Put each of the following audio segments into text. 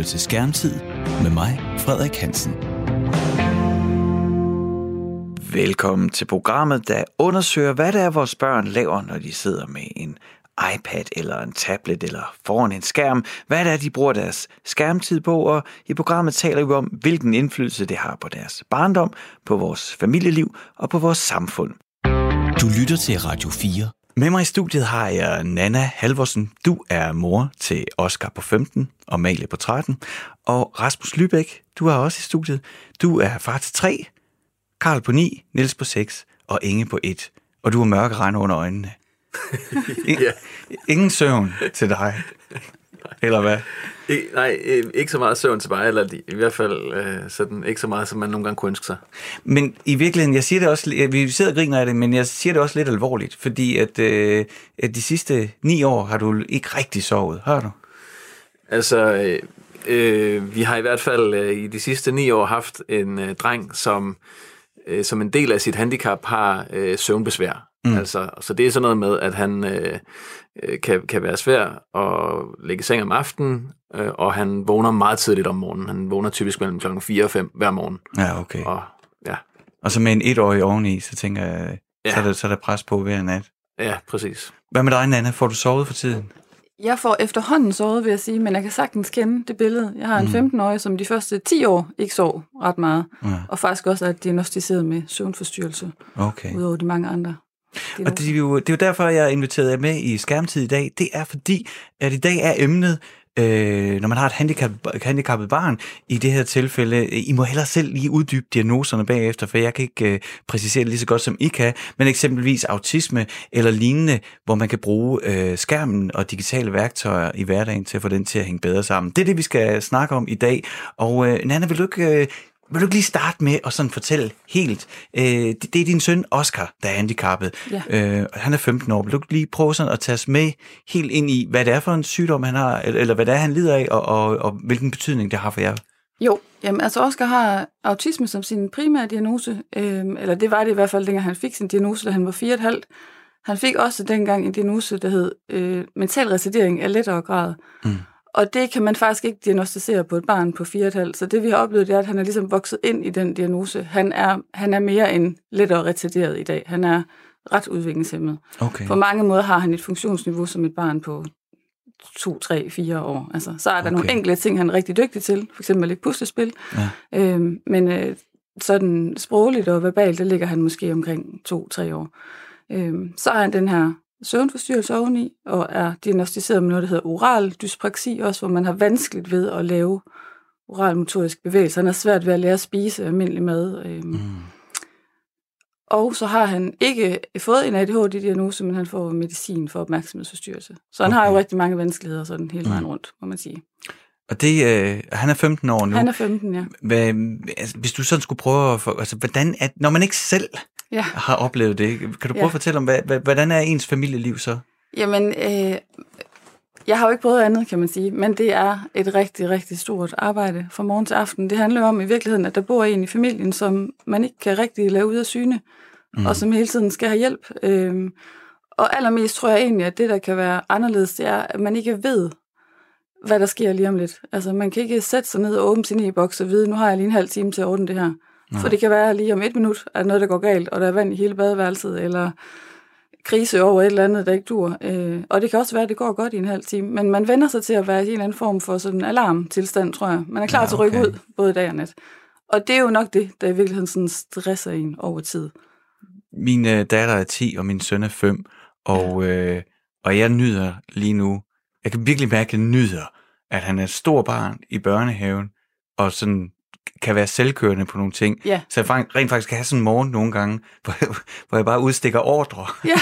lytter til Skærmtid med mig, Frederik Hansen. Velkommen til programmet, der undersøger, hvad det er, vores børn laver, når de sidder med en iPad eller en tablet eller foran en skærm. Hvad det er, de bruger deres skærmtid på, og i programmet taler vi om, hvilken indflydelse det har på deres barndom, på vores familieliv og på vores samfund. Du lytter til Radio 4. Med mig i studiet har jeg Nanna Halvorsen. Du er mor til Oscar på 15 og Amalie på 13. Og Rasmus Lybæk, du er også i studiet. Du er far til 3, Karl på 9, Niels på 6 og Inge på 1. Og du har mørke rande under øjnene. Ingen søvn til dig. Eller hvad? Ikke så meget søvn til mig, eller i hvert fald sådan, ikke så meget, som man nogle gange kunne ønske sig. Men i virkeligheden, jeg siger det også, vi sidder og griner af det, men jeg siger det også lidt alvorligt, fordi at de sidste 9 år har du ikke rigtig sovet, har du? Altså, vi har i hvert fald i de sidste 9 år haft en dreng, som en del af sit handicap har søvnbesvær. Altså, så det er sådan noget med, at han kan være svær at lægge i seng om aftenen, og han vågner meget tidligt om morgenen. Han vågner typisk mellem klokken 4 og 5 hver morgen. Ja, okay. Og så med en 1-årig oveni, så tænker jeg, så er der pres på hver nat. Ja, præcis. Hvad med dig, Nanna? Får du sovet for tiden? Jeg får efterhånden sovet, vil jeg sige, men jeg kan sagtens kende det billede. Jeg har en 15-årig, som de første 10 år ikke sov ret meget, og faktisk også er diagnosticeret med søvnforstyrrelse, udover de mange andre. Og det er jo derfor, jeg inviterede jer med i Skærmtid i dag. Det er fordi, at i dag er emnet, når man har et handicappet barn, i det her tilfælde, I må hellere selv lige uddybe diagnoserne bagefter, for jeg kan ikke præcisere det lige så godt, som I kan, men eksempelvis autisme eller lignende, hvor man kan bruge skærmen og digitale værktøjer i hverdagen til at få den til at hænge bedre sammen. Det er det, vi skal snakke om i dag. Og Nanna, vil du ikke lige starte med at sådan fortælle helt? Det er din søn Oscar, der er handicappet. Ja. Han er 15 år. Vil du lige prøve sådan at tage os med helt ind i, hvad det er for en sygdom, han har, eller hvad det er, han lider af, og hvilken betydning det har for jer? Jo, jamen altså Oscar har autisme som sin primære diagnose, eller det var det i hvert fald, dengang han fik sin diagnose, da han var 4,5. Han fik også dengang en diagnose, der hed mental retardering af lettere grad. Og det kan man faktisk ikke diagnostisere på et barn på 4,5. Så det vi har oplevet, det er, at han er ligesom vokset ind i den diagnose. Han er mere end lettere retarderet i dag. Han er ret udviklingshæmmet. Okay. På mange måder har han et funktionsniveau som et barn på 2, 3, 4 år. Altså, så er der nogle enkelte ting, han er rigtig dygtig til. For eksempel at lægge puslespil. Ja. Men sådan sprogligt og verbalt, der ligger han måske omkring 2-3 år. Så har han den her søvnforstyrrelse oveni, og er diagnosticeret med noget, der hedder oral dyspraksi, også hvor man har vanskeligt ved at lave oralmotorisk bevægelse. Han har svært ved at lære at spise almindelig mad. Og så har han ikke fået en ADHD-diagnose, men han får medicin for opmærksomhedsforstyrrelse. Så han har jo rigtig mange vanskeligheder sådan hele vejen rundt, må man sige. Og det, han er 15 år nu. Han er 15, ja. Hvis du sådan skulle prøve at, hvordan når man ikke selv har oplevet det, kan du prøve at fortælle om, hvordan er ens familieliv så? Jamen, jeg har jo ikke prøvet andet, kan man sige, men det er et rigtig, rigtig stort arbejde fra morgen til aften. Det handler jo om i virkeligheden, at der bor en i familien, som man ikke kan rigtig lave ud af syne, og som hele tiden skal have hjælp. Og allermest tror jeg egentlig, at det, der kan være anderledes, det er, at man ikke ved, hvad der sker lige om lidt. Altså, man kan ikke sætte sig ned og åbne sin e-boks og vide, nu har jeg lige en halv time til at ordne det her. For det kan være lige om 1 minut, at noget, der går galt, og der er vand i hele badeværelset, eller krise over et eller andet, der ikke dur. Og det kan også være, at det går godt i en halv time, men man vender sig til at være i en eller anden form for sådan en alarmtilstand, tror jeg. Man er klar til at rykke ud, både dag og nat. Og det er jo nok det, der i virkeligheden sådan stresser en over tid. Min datter er 10, og min søn er 5, og jeg nyder lige nu, jeg kan virkelig mærke, at jeg nyder, at han er et stort barn i børnehaven, og sådan kan være selvkørende på nogle ting. Yeah. Så jeg rent faktisk kan have sådan en morgen nogle gange, hvor jeg bare udstikker ordre. Yeah.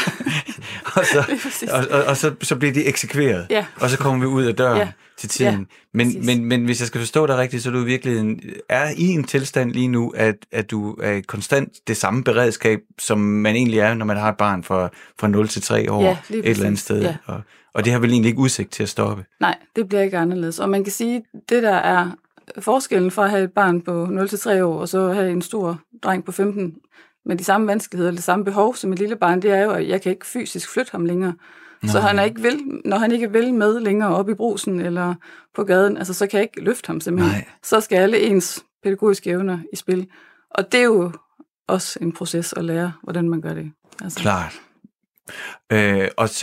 og så bliver de eksekveret. Yeah. Og så kommer vi ud af døren til tiden. Men hvis jeg skal forstå dig rigtigt, så du i virkeligheden er i en tilstand lige nu, at du er konstant det samme beredskab, som man egentlig er, når man har et barn fra 0 til 3 år et eller andet sted. Yeah. Og det har vel egentlig ikke udsigt til at stoppe. Nej, det bliver ikke anderledes. Og man kan sige, det der er forskellen fra at have et barn på 0-3 år, og så have en stor dreng på 15 med de samme vanskeligheder, eller det samme behov som et lille barn, det er jo, at jeg kan ikke fysisk flytte ham længere. Så han er ikke når han ikke vil med længere op i brusen eller på gaden, altså så kan jeg ikke løfte ham simpelthen. Nej. Så skal alle ens pædagogiske evner i spil. Og det er jo også en proces at lære, hvordan man gør det. Altså. Klart. Og så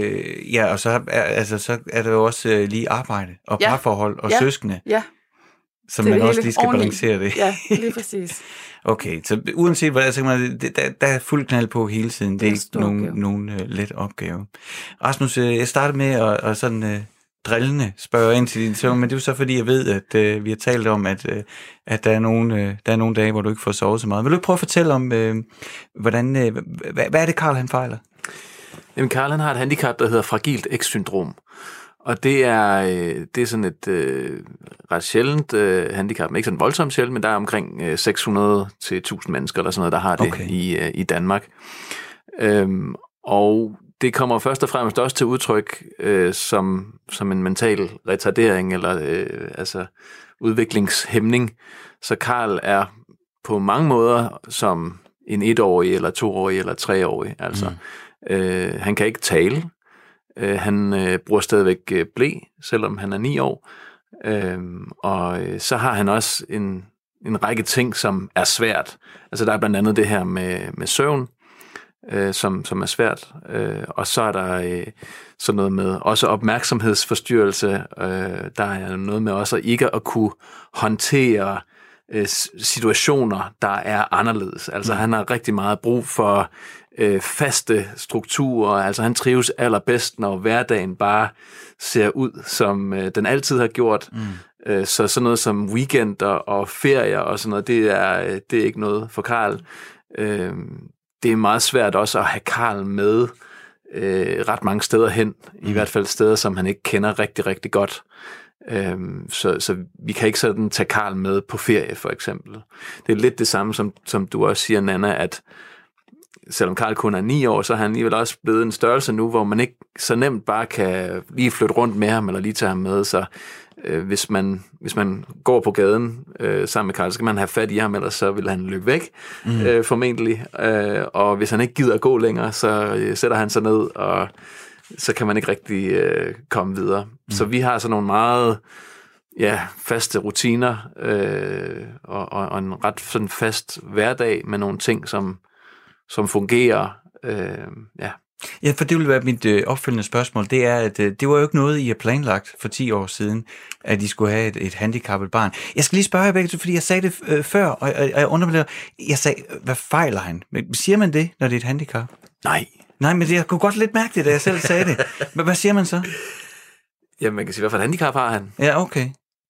er der jo også lige arbejde og parforhold og søskende. Ja. Så man også lige skal balancere det. Ja, lige præcis. Okay, så uanset hvad, så der er fuld knald på hele tiden. Det er ikke nogen let opgave. Rasmus, jeg startede med at sådan drillende spørge ind til din søvn, men det er jo så fordi, jeg ved, at vi har talt om, at der er nogle dage, hvor du ikke får sovet så meget. Vil du ikke prøve at fortælle om, hvad er det, Karl han fejler? Jamen, Karl han har et handicap, der hedder fragilt X-syndrom. Og det er sådan et ret sjældent handicap, ikke sådan voldsomt sjældent, men der er omkring 600 til 1000 mennesker eller sådan noget, der har det i Danmark. Og det kommer først og fremmest også til udtryk som en mental retardering eller altså udviklingshæmning. Så Karl er på mange måder som en 1-årig eller 2-årig eller 3-årig. Altså, han kan ikke tale. Han bruger stadigvæk ble, selvom han er 9 år. Og så har han også en række ting, som er svært. Altså der er blandt andet det her med søvn, som er svært. Og så er der sådan noget med også opmærksomhedsforstyrrelse. Der er noget med også ikke at kunne håndtere situationer, der er anderledes. Altså han har rigtig meget brug for faste strukturer. Altså han trives allerbedst, når hverdagen bare ser ud, som den altid har gjort. Så sådan noget som weekender og ferier og sådan noget, det er ikke noget for Karl. Det er meget svært også at have Karl med ret mange steder hen. I hvert fald steder, som han ikke kender rigtig, rigtig godt. Så vi kan ikke sådan tage Karl med på ferie, for eksempel. Det er lidt det samme, som du også siger, Nanna, at selvom Karl kun er 9 år, så er han alligevel også blevet en størrelse nu, hvor man ikke så nemt bare kan lige flytte rundt med ham, eller lige tage ham med. Så hvis man går på gaden sammen med Karl, så kan man have fat i ham, ellers så vil han løbe væk, formentlig. Og hvis han ikke gider at gå længere, så sætter han sig ned, og så kan man ikke rigtig komme videre. Så vi har sådan nogle meget faste rutiner, og en ret sådan fast hverdag med nogle ting, som fungerer. Ja, for det vil være mit opfølgende spørgsmål. Det er, at det var jo ikke noget, I har planlagt for 10 år siden, at I skulle have et handicappet barn. Jeg skal lige spørge jer begge, fordi jeg sagde det før, og jeg undrer mig lidt. Jeg sagde, hvad fejler han? Men siger man det, når det er et handicap? Nej, men jeg kunne godt lidt mærke det, da jeg selv sagde det. Men hvad siger man så? Jamen, man kan sige, hvad for et handicap har han? Ja, okay.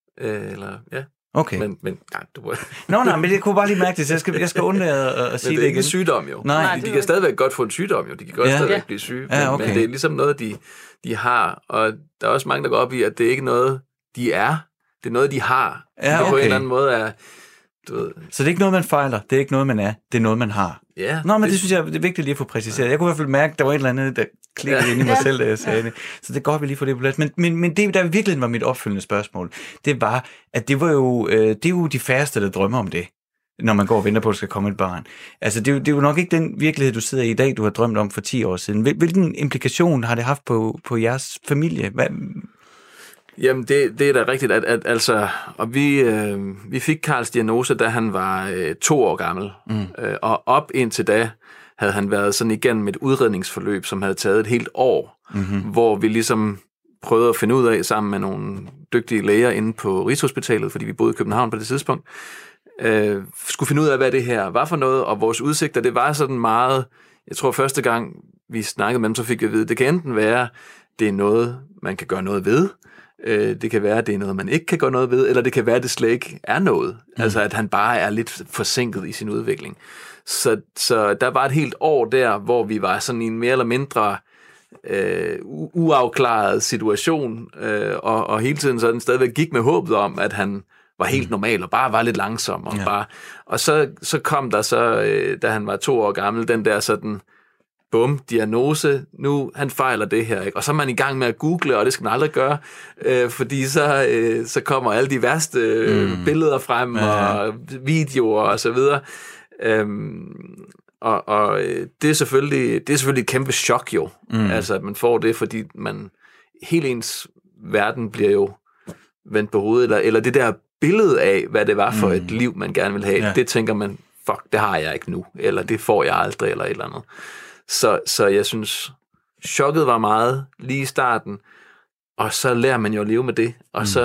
Okay. Men nej, du må... Nej, men jeg kunne bare lige mærke det, så jeg skal undlade at sige det igen. det er ikke en sygdom, jo. Nej, de kan stadigvæk godt få en sygdom, jo. De kan godt stadigvæk blive syge. Men det er ligesom noget, de har. Og der er også mange, der går op i, at det ikke er noget, de er. Det er noget, de har. Det på en eller anden måde er... Du ved. Så det er ikke noget, man fejler. Det er ikke noget, man er. Det er noget, man har. Ja. Men det synes jeg er vigtigt lige at få præciseret. Jeg kunne i hvert fald mærke, at der var et eller andet, der klikkede ind i mig selv, da jeg sagde det. Så det er godt, vi lige får det på plads. Men det, der virkelig var mit opfølgende spørgsmål, det var, at det er jo de færreste, der drømmer om det, når man går og venter på, at der skal komme et barn. Altså, det er jo nok ikke den virkelighed, du sidder i dag, du har drømt om for 10 år siden. Hvilken implikation har det haft på jeres familie? Jamen, det er da rigtigt, at altså, og vi fik Karls diagnose, da han var 2 år gammel, og op indtil da havde han været sådan igennem et udredningsforløb, som havde taget et helt år, hvor vi ligesom prøvede at finde ud af, sammen med nogle dygtige læger inde på Rigshospitalet, fordi vi boede i København på det tidspunkt, skulle finde ud af, hvad det her var for noget, og vores udsigter, det var sådan meget, jeg tror første gang vi snakkede med dem, så fik vi at vide, det kan enten være, det er noget, man kan gøre noget ved, det kan være, at det er noget, man ikke kan gøre noget ved, eller det kan være, at det slet ikke er noget. Altså, at han bare er lidt forsinket i sin udvikling. Så der var et helt år der, hvor vi var sådan i en mere eller mindre uafklaret situation, og hele tiden sådan stadigvæk gik med håbet om, at han var helt normal, og bare var lidt langsom. Og så kom der så, da han var 2 år gammel, den der sådan, diagnose, nu han fejler det her, ikke? Og så er man i gang med at google, og det skal man aldrig gøre, fordi så kommer alle de værste billeder frem, og videoer og så videre. Og det er selvfølgelig et kæmpe chok jo, altså at man får det, fordi hele ens verden bliver jo vendt på hovedet, eller det der billede af, hvad det var for et liv, man gerne vil have, det tænker man, fuck, det har jeg ikke nu, eller det får jeg aldrig, eller et eller andet. Så jeg synes, chokket var meget lige i starten, og så lærer man jo at leve med det, og så,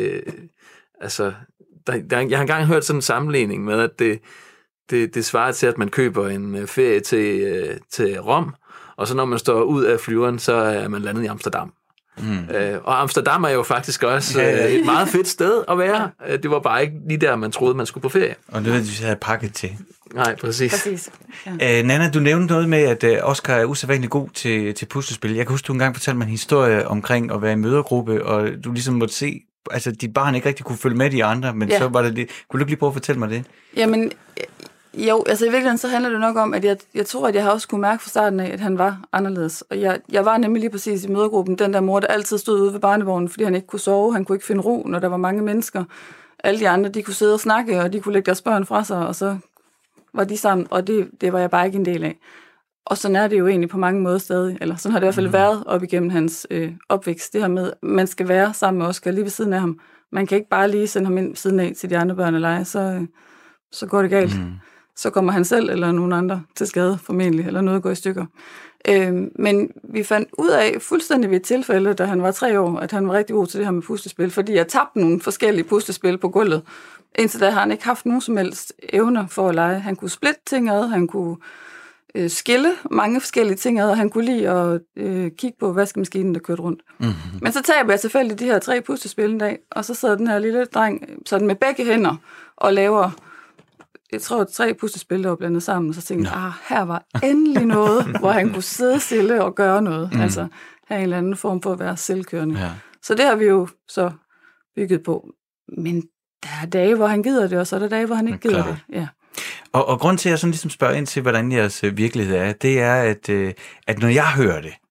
jeg har engang hørt sådan en sammenligning med, at det svarer til, at man køber en ferie til Rom, og så når man står ud af flyveren, så er man landet i Amsterdam. Og Amsterdam er jo faktisk også et meget fedt sted at være. Det var bare ikke lige der, man troede, man skulle på ferie. Og det vi havde pakket til. Nej, præcis. Ja. Nanna, du nævnte noget med, at Oscar er usædvanligt god til puslespil. Jeg kan huske, du engang fortalte mig en historie omkring at være i mødergruppe, og du ligesom måtte se, altså dit barn ikke rigtig kunne følge med de andre, men så var det det. Kunne du ikke lige prøve at fortælle mig det? Jamen, jo, altså i virkeligheden så handler det nok om, at jeg tror, at jeg har også kunne mærke fra starten af, at han var anderledes. Og jeg var nemlig lige præcis i mødergruppen, den der mor, der altid stod ude ved barnevognen, fordi han ikke kunne sove, han kunne ikke finde ro, når der var mange mennesker. Alle de andre, de kunne sidde og snakke, og de kunne lægge deres børn fra sig, og så var de sammen, og det var jeg bare ikke en del af. Og sådan er det jo egentlig på mange måder stadig, eller sådan har det i hvert fald været op igennem hans opvækst, det her med, at man skal være sammen med Oscar lige ved siden af ham. Man kan ikke bare lige sende ham ind siden af til de andre børn og lege, så går det galt. Så kommer han selv eller nogen andre til skade formentlig, eller noget går i stykker. Men vi fandt ud af fuldstændig ved et tilfælde, da han var 3 år, at han var rigtig god til det her med puslespil, fordi jeg tabte nogle forskellige puslespil på gulvet. Indtil da har han ikke haft nogen som helst evner for at lege. Han kunne splitte ting ad, han kunne skille mange forskellige ting ad, og han kunne lide at kigge på vaskemaskinen, der kørte rundt. Men så taber jeg selvfølgelig de her 3 puslespil en dag, og så sidder den her lille dreng sådan med begge hænder og laver, jeg tror, 3 puslespil, der var blandet sammen, og så tænkte jeg, her var endelig noget, hvor han kunne sidde stille og gøre noget. Altså have en eller anden form for at være selvkørende. Ja. Så det har vi jo så bygget på. Men der er dage, hvor han gider det, og så er der dage, hvor han ikke gider det. Ja. Og grund til, at jeg sådan ligesom spørger ind til, hvordan jeres virkelighed er, det er, at når jeg hører det,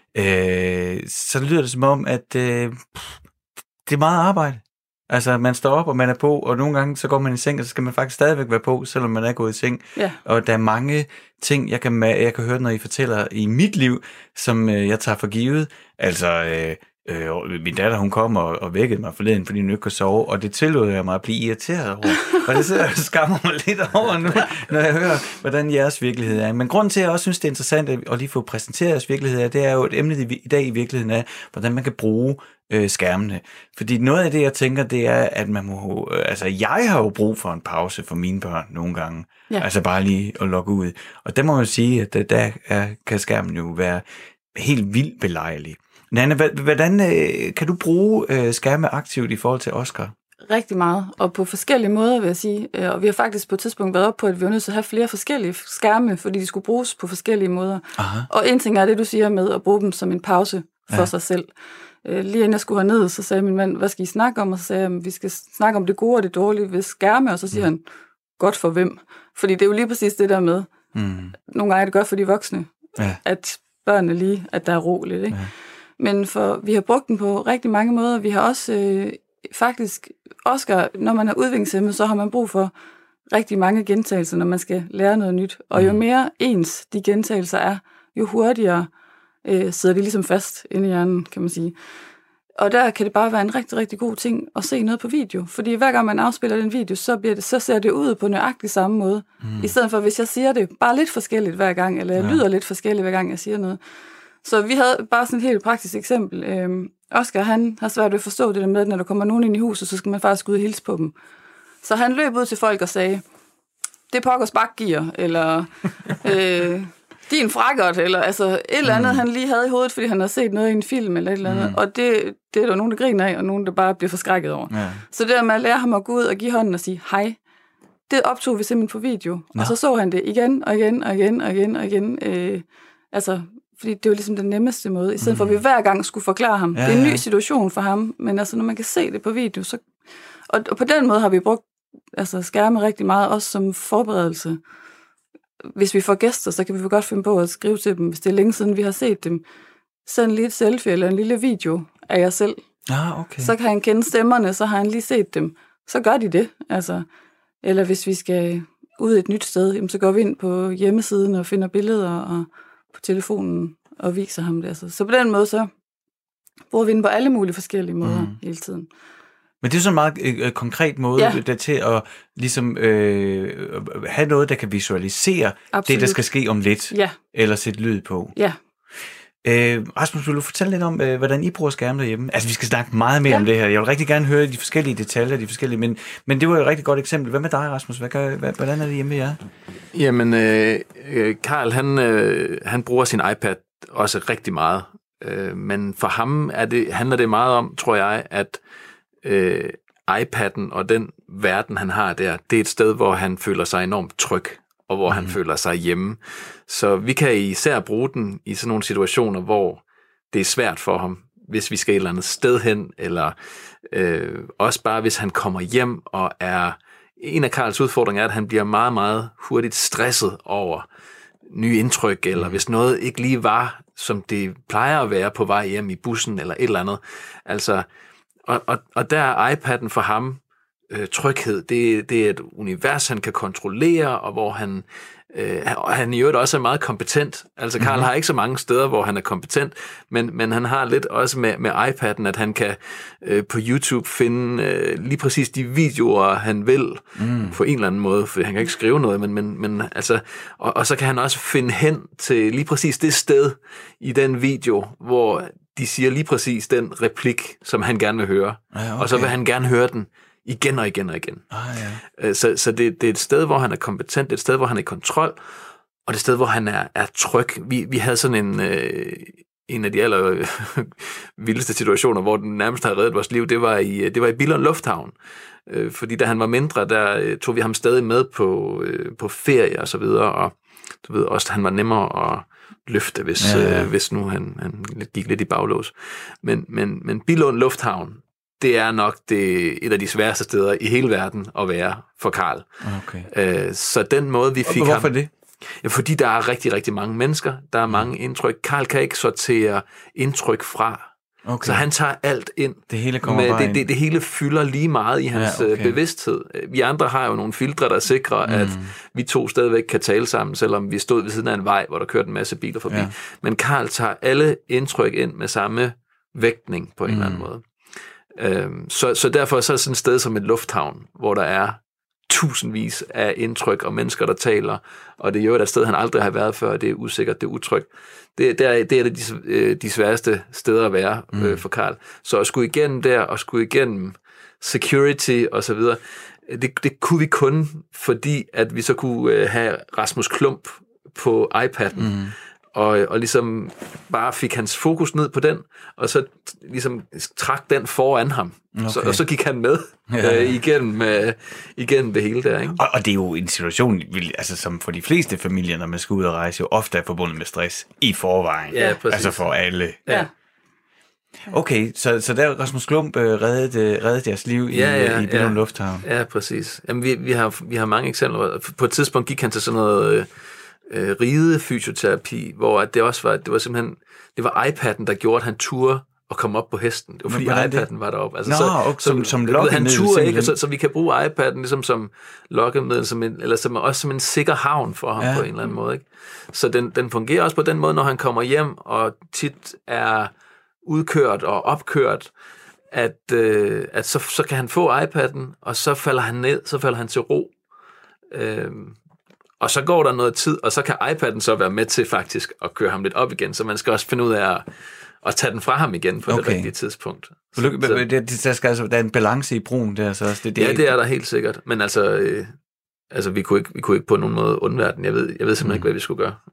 så lyder det som om, at det er meget arbejde. Altså, man står op, og man er på, og nogle gange så går man i seng, og så skal man faktisk stadigvæk være på, selvom man er gået i seng. Ja. Og der er mange ting, jeg kan høre, når I fortæller i mit liv, som jeg tager for givet. Altså, min datter, hun kom og vækkede mig forleden, fordi hun ikke kunne sove, og det tillod jeg mig at blive irriteret over. Og det sidder jeg skammer mig lidt over nu, når jeg hører, hvordan jeres virkelighed er. Men grunden til, at jeg også synes, det er interessant at lige få præsenteret jeres virkelighed, det er jo et emne i dag i virkeligheden af, hvordan man kan bruge skærmene. Fordi noget af det, jeg tænker, det er, at man må, altså jeg har jo brug for en pause for mine børn nogle gange. Ja. Altså bare lige at logge ud. Og der må man sige, at der kan skærmen jo være helt vildt belejlig. Nanna, hvordan kan du bruge skærme aktivt i forhold til Oscar? Rigtig meget, og på forskellige måder, vil jeg sige. Og vi har faktisk på et tidspunkt været op på, at vi var nødt til at have flere forskellige skærme, fordi de skulle bruges på forskellige måder. Aha. Og en ting er det, du siger med at bruge dem som en pause for sig selv. Lige inden jeg skulle herned, så sagde min mand, hvad skal I snakke om? Og så sagde jeg, vi skal snakke om det gode og det dårlige ved skærme, og så siger han, godt for hvem? Fordi det er jo lige præcis det der med, nogle gange er det godt for de voksne, at børnene lige, at der er ro lidt, ikke? Ja. Men vi har brugt den på rigtig mange måder. Vi har også faktisk, Oscar, når man er udviklingshæmmet, så har man brug for rigtig mange gentagelser, når man skal lære noget nyt. Og jo mere ens de gentagelser er, jo hurtigere sidder de ligesom fast inde i hjernen, kan man sige. Og der kan det bare være en rigtig, rigtig god ting at se noget på video. Fordi hver gang man afspiller den video, så ser det ud på nøjagtig samme måde. I stedet for, hvis jeg siger det bare lidt forskelligt hver gang, eller jeg lyder lidt forskelligt hver gang, jeg siger noget. Så vi havde bare sådan et helt praktisk eksempel. Oscar, han har svært ved at forstå det der med, at når der kommer nogen ind i huset, så skal man faktisk ud og hilse på dem. Så han løb ud til folk og sagde, det pokkers bakgear, eller din frakkert, eller altså et eller andet, han lige havde i hovedet, fordi han havde set noget i en film, eller et eller andet. Og det er der nogen, der griner af, og nogen, der bare bliver forskrækket over. Ja. Så det der med at lære ham at gå ud og give hånden og sige hej, det optog vi simpelthen på video. Og så han det igen, og igen, og igen, og igen, og igen. Altså, fordi det var ligesom den nemmeste måde, i stedet for at vi hver gang skulle forklare ham. Det er en ny situation for ham, men altså, når man kan se det på video, så... Og på den måde har vi brugt skærme rigtig meget, også som forberedelse. Hvis vi får gæster, så kan vi godt finde på at skrive til dem, hvis det er længe siden, vi har set dem. Send lige et selfie eller en lille video af jer selv. Okay. Så kan han kende stemmerne, så har han lige set dem. Så gør de det. Altså, eller hvis vi skal ud et nyt sted, jamen, så går vi ind på hjemmesiden og finder billeder og på telefonen og viser ham det. Altså. Så på den måde, så bruger vi den på alle mulige forskellige måder hele tiden. Men det er sådan en meget konkret måde der til at ligesom, have noget, der kan visualisere det, der skal ske om lidt, eller sætte lyd på. Ja. Rasmus, vil du fortælle lidt om, hvordan I bruger skærme derhjemme? Altså, vi skal snakke meget mere om det her. Jeg vil rigtig gerne høre de forskellige detaljer, men det var jo et rigtig godt eksempel. Hvad med dig, Rasmus? Hvordan er det hjemme ved jer? Jamen, Karl, han bruger sin iPad også rigtig meget. Men for ham handler det meget om, tror jeg, at iPad'en og den verden, han har der, det er et sted, hvor han føler sig enormt tryg, og hvor han føler sig hjemme. Så vi kan især bruge den i sådan nogle situationer, hvor det er svært for ham, hvis vi skal et eller andet sted hen, eller også bare hvis han kommer hjem og er... En af Karls udfordringer er, at han bliver meget, meget hurtigt stresset over nye indtryk, eller hvis noget ikke lige var, som det plejer at være på vej hjem i bussen, eller et eller andet. Altså, og der er iPad'en for ham tryghed. Det er et univers, han kan kontrollere, og hvor han i øvrigt også er meget kompetent. Altså, Karl har ikke så mange steder, hvor han er kompetent, men han har lidt også med iPad'en, at han kan på YouTube finde lige præcis de videoer, han vil, på en eller anden måde, for han kan ikke skrive noget, men altså, og så kan han også finde hen til lige præcis det sted i den video, hvor de siger lige præcis den replik, som han gerne vil høre. Ja, okay. Og så vil han gerne høre den igen og igen og igen. Så det er et sted, hvor han er kompetent, det er et sted, hvor han er i kontrol, og det er et sted, hvor han er tryg. Vi havde sådan en af de aller vildeste situationer, hvor den nærmest havde reddet vores liv, det var i Billund Lufthavn. Fordi da han var mindre, der tog vi ham stadig med på ferie og så videre, og du ved også, han var nemmere at løfte, hvis nu han gik lidt i baglås. Men Billund Lufthavn, det er nok et af de sværeste steder i hele verden at være for Karl. Okay. Så den måde, vi fik ham... Hvorfor det? Ja, fordi der er rigtig, rigtig mange mennesker. Der er mange indtryk. Karl kan ikke sortere indtryk fra. Okay. Så han tager alt ind. Det hele kommer bare ind. Det hele fylder lige meget i hans bevidsthed. Vi andre har jo nogle filtre, der sikrer, at vi to stadigvæk kan tale sammen, selvom vi stod ved siden af en vej, hvor der kørte en masse biler forbi. Ja. Men Karl tager alle indtryk ind med samme vægtning på en eller anden måde. Så derfor så er det sådan et sted som et lufthavn, hvor der er tusindvis af indtryk og mennesker, der taler, og det er jo et sted, han aldrig har været før, det er usikkert, det er utrygt. Det er de sværeste steder at være for Karl. Så at skulle igennem der, og skulle igennem security og så videre, det kunne vi kun, fordi at vi så kunne have Rasmus Klump på iPad'en, og ligesom bare fik hans fokus ned på den, og så ligesom trak den foran ham. Okay. Og så gik han med igennem det hele der. Ikke? Og det er jo en situation, altså, som for de fleste familier, når man skal ud og rejse, jo ofte er forbundet med stress i forvejen. Ja, præcis. Altså for alle. Ja. Okay, så der Rasmus Klump reddede deres liv i Billund Lufthavn. Ja, præcis. Jamen, vi har mange eksempler. På et tidspunkt gik han til sådan noget... ridefysioterapi, hvor det var simpelthen, det var iPad'en, der gjorde, at han turde at komme op på hesten. Det var fordi iPad'en var deroppe. Altså, som lokkemiddel. Han turde ikke, så vi kan bruge iPad'en ligesom som lokkemiddel, eller også som en sikker havn for ham på en eller anden måde. Ikke? Så den fungerer også på den måde, når han kommer hjem, og tit er udkørt og opkørt, at så kan han få iPad'en, og så falder han ned, så falder han til ro. Og så går der noget tid, og så kan iPad'en så være med til faktisk at køre ham lidt op igen, så man skal også finde ud af at tage den fra ham igen på det rigtige tidspunkt. Der er en balance i brugen der, så også det er der helt sikkert, men altså vi kunne ikke på nogen måde undvære den. Jeg ved simpelthen ikke, hvad vi skulle gøre.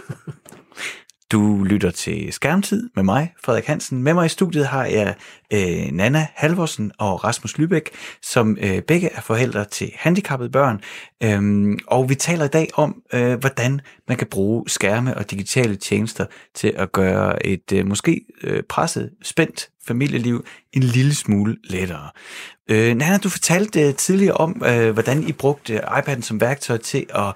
Du lytter til Skærmtid med mig, Frederik Hansen. Med mig i studiet har jeg Nanna Halvorsen og Rasmus Lybæk, som begge er forældre til handicappede børn. Og vi taler i dag om, hvordan man kan bruge skærme og digitale tjenester til at gøre et måske presset, spændt familieliv en lille smule lettere. Nanna, du fortalte tidligere om, hvordan I brugte iPad'en som værktøj til at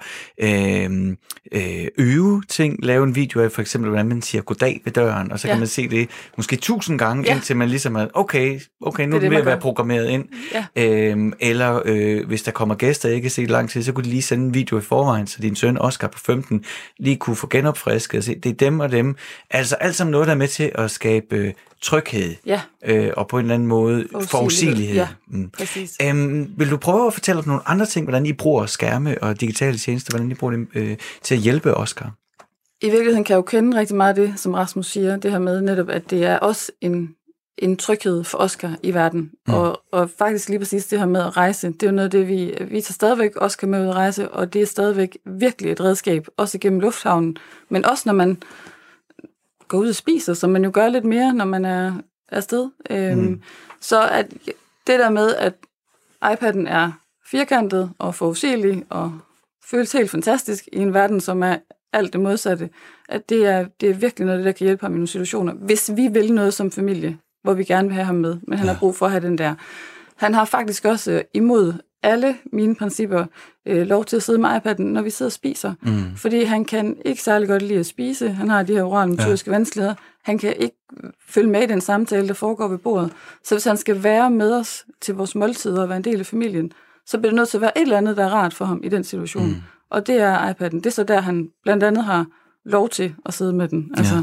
øve ting, lave en video af for eksempel, hvordan man siger goddag ved døren, og så kan man se det måske 1000 gange, indtil man ligesom er, okay, nu er det ved at være programmeret ind. Ja. Eller hvis der kommer gæster, jeg ikke kan se det lang tid, så kunne de lige sende en video i forvejen, så din søn Oscar på 15 lige kunne få genopfrisket og se, det er dem og dem. Altså alt sammen noget, der er med til at skabe tryghed, og på en eller anden måde forudsigelighed. Ja, præcis. Vil du prøve at fortælle os nogle andre ting, hvordan I bruger skærme og digitale tjenester, hvordan I bruger dem til at hjælpe Oscar? I virkeligheden kan jeg jo kende rigtig meget af det, som Rasmus siger, det her med netop, at det er også en tryghed for Oscar i verden. Og faktisk lige præcis det her med at rejse, det er jo noget af det, vi tager stadigvæk Oscar med ud at rejse, og det er stadigvæk virkelig et redskab, også gennem lufthavnen, men også når man går ud og spiser, som man jo gør lidt mere, når man er afsted. Så at det der med, at iPad'en er firkantet og forudsigelig og føles helt fantastisk i en verden, som er alt det modsatte, at det er virkelig noget, der kan hjælpe ham i nogle situationer. Hvis vi vil noget som familie, hvor vi gerne vil have ham med, men han har brug for at have den der. Han har faktisk også imod alle mine principper lov til at sidde med iPad'en, når vi sidder og spiser. Fordi han kan ikke særlig godt lide at spise. Han har de her oralmotoriske vanskeligheder. Han kan ikke følge med i den samtale, der foregår ved bordet. Så hvis han skal være med os til vores måltider og være en del af familien, så bliver det nødt til at være et eller andet, der er rart for ham i den situation. Og det er iPad'en. Det er så der, han blandt andet har lov til at sidde med den. Altså,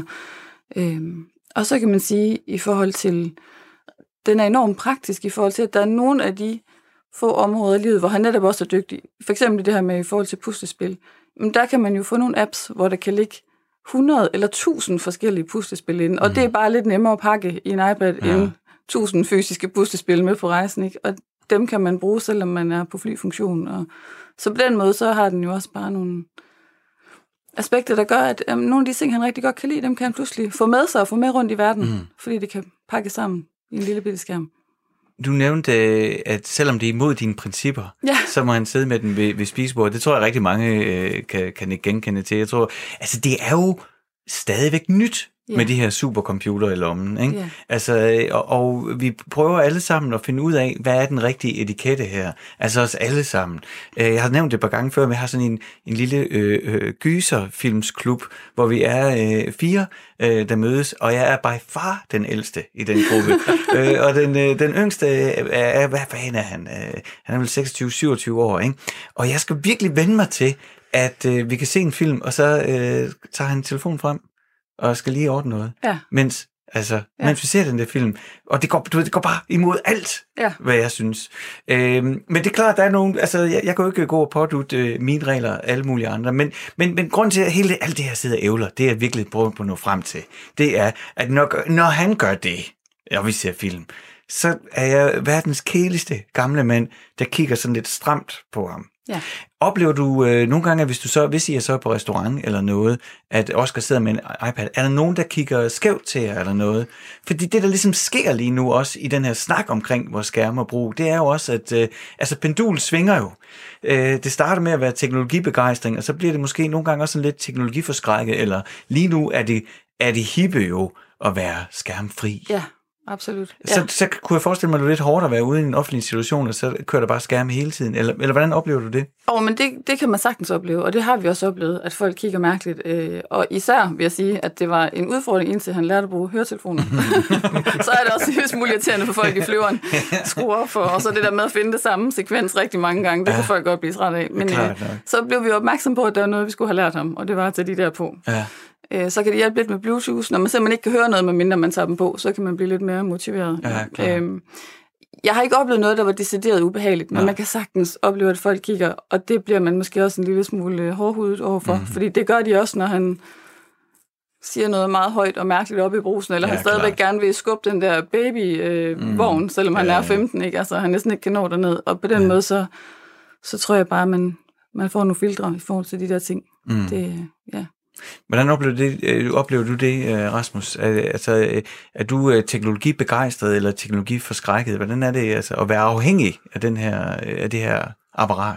og så kan man sige, i forhold til, den er enormt praktisk i forhold til, at der er nogle af de få områder i livet, hvor han netop også er dygtig. For eksempel det her med i forhold til puslespil. Men der kan man jo få nogle apps, hvor der kan ligge 100 eller 1000 forskellige puslespil inde. Og det er bare lidt nemmere at pakke i en iPad end 1000 fysiske puslespil med på rejsen. Ikke? Og dem kan man bruge, selvom man er på flyfunktion. Og så på den måde, så har den jo også bare nogle aspekter, der gør, at nogle af de ting, han rigtig godt kan lide, dem kan han pludselig få med sig og få med rundt i verden, fordi det kan pakke sammen i en lille bitte skærm. Du nævnte, at selvom det er imod dine principper, så må han sidde med den ved spisebordet. Det tror jeg rigtig mange kan ikke genkende til. Jeg tror, altså det er jo stadigvæk nyt med de her supercomputer i lommen. Ikke? Altså, og vi prøver alle sammen at finde ud af, hvad er den rigtige etikette her. Altså os alle sammen. Jeg har nævnt det et par gange før, men jeg har sådan en lille gyserfilmsklub, hvor vi er 4, der mødes, og jeg er by far den ældste i den gruppe. Og den yngste er, hvad fanden er han? Han er vel 26-27 år, ikke? Og jeg skal virkelig vende mig til, at vi kan se en film, og så tager han telefonen frem, og skal lige ordne noget, mens vi ser den der film. Og det går bare imod alt, hvad jeg synes. Men det er klart, der er nogen, altså jeg kan jo ikke gå og pådutte mine regler alle mulige andre, men grunden til, at alt det her sidder ævler, det er virkelig prøvet på at nå frem til, det er, at når han gør det, og vi ser film, så er jeg verdens kæligste gamle mand, der kigger sådan lidt stramt på ham. Ja. Oplever du nogle gange, hvis I er så på restaurant eller noget, at Oscar sidder med en iPad, er der nogen, der kigger skævt til jer eller noget? Fordi det, der ligesom sker lige nu også i den her snak omkring vores skærme og brug, det er jo også, at pendul svinger jo. Det starter med at være teknologibegejstring, og så bliver det måske nogle gange også lidt teknologiforskrækket, eller lige nu er det hippe jo at være skærmfri. Ja. Absolut. Så kunne jeg forestille mig, at det er lidt hårdt at være ude i en offentlig situation, og så kører der bare skærme hele tiden. Eller hvordan oplever du det? Men det kan man sagtens opleve, og det har vi også oplevet, at folk kigger mærkeligt. Og især vil jeg sige, at det var en udfordring, indtil han lærte at bruge høretelefoner. Så er det også en smule irriterende for folk i flyveren. Skruer op for, og så det der med at finde det samme sekvens rigtig mange gange, det kan folk godt blive træt af. Men så blev vi opmærksom på, at der var noget, vi skulle have lært ham, og det var at tage de der på. Ja. Så kan det hjælpe lidt med Bluetooth. Når man simpelthen ikke kan høre noget, medmindre man tager dem på, så kan man blive lidt mere motiveret. Ja, jeg har ikke oplevet noget, der var decideret ubehageligt, men man kan sagtens opleve, at folk kigger, og det bliver man måske også en lille smule hårdhudet overfor, fordi det gør de også, når han siger noget meget højt og mærkeligt op i brusen, eller han stadigvæk gerne vil skubbe den der babyvogn, selvom han er 15, ikke? Altså, han næsten ikke kan nå derned, og på den måde, så tror jeg bare, at man får nogle filtre i forhold til de der ting. Hvordan oplever du det, Rasmus? Er du teknologibegejstret eller teknologiforskrækket? Hvordan er det at være afhængig af det her apparat?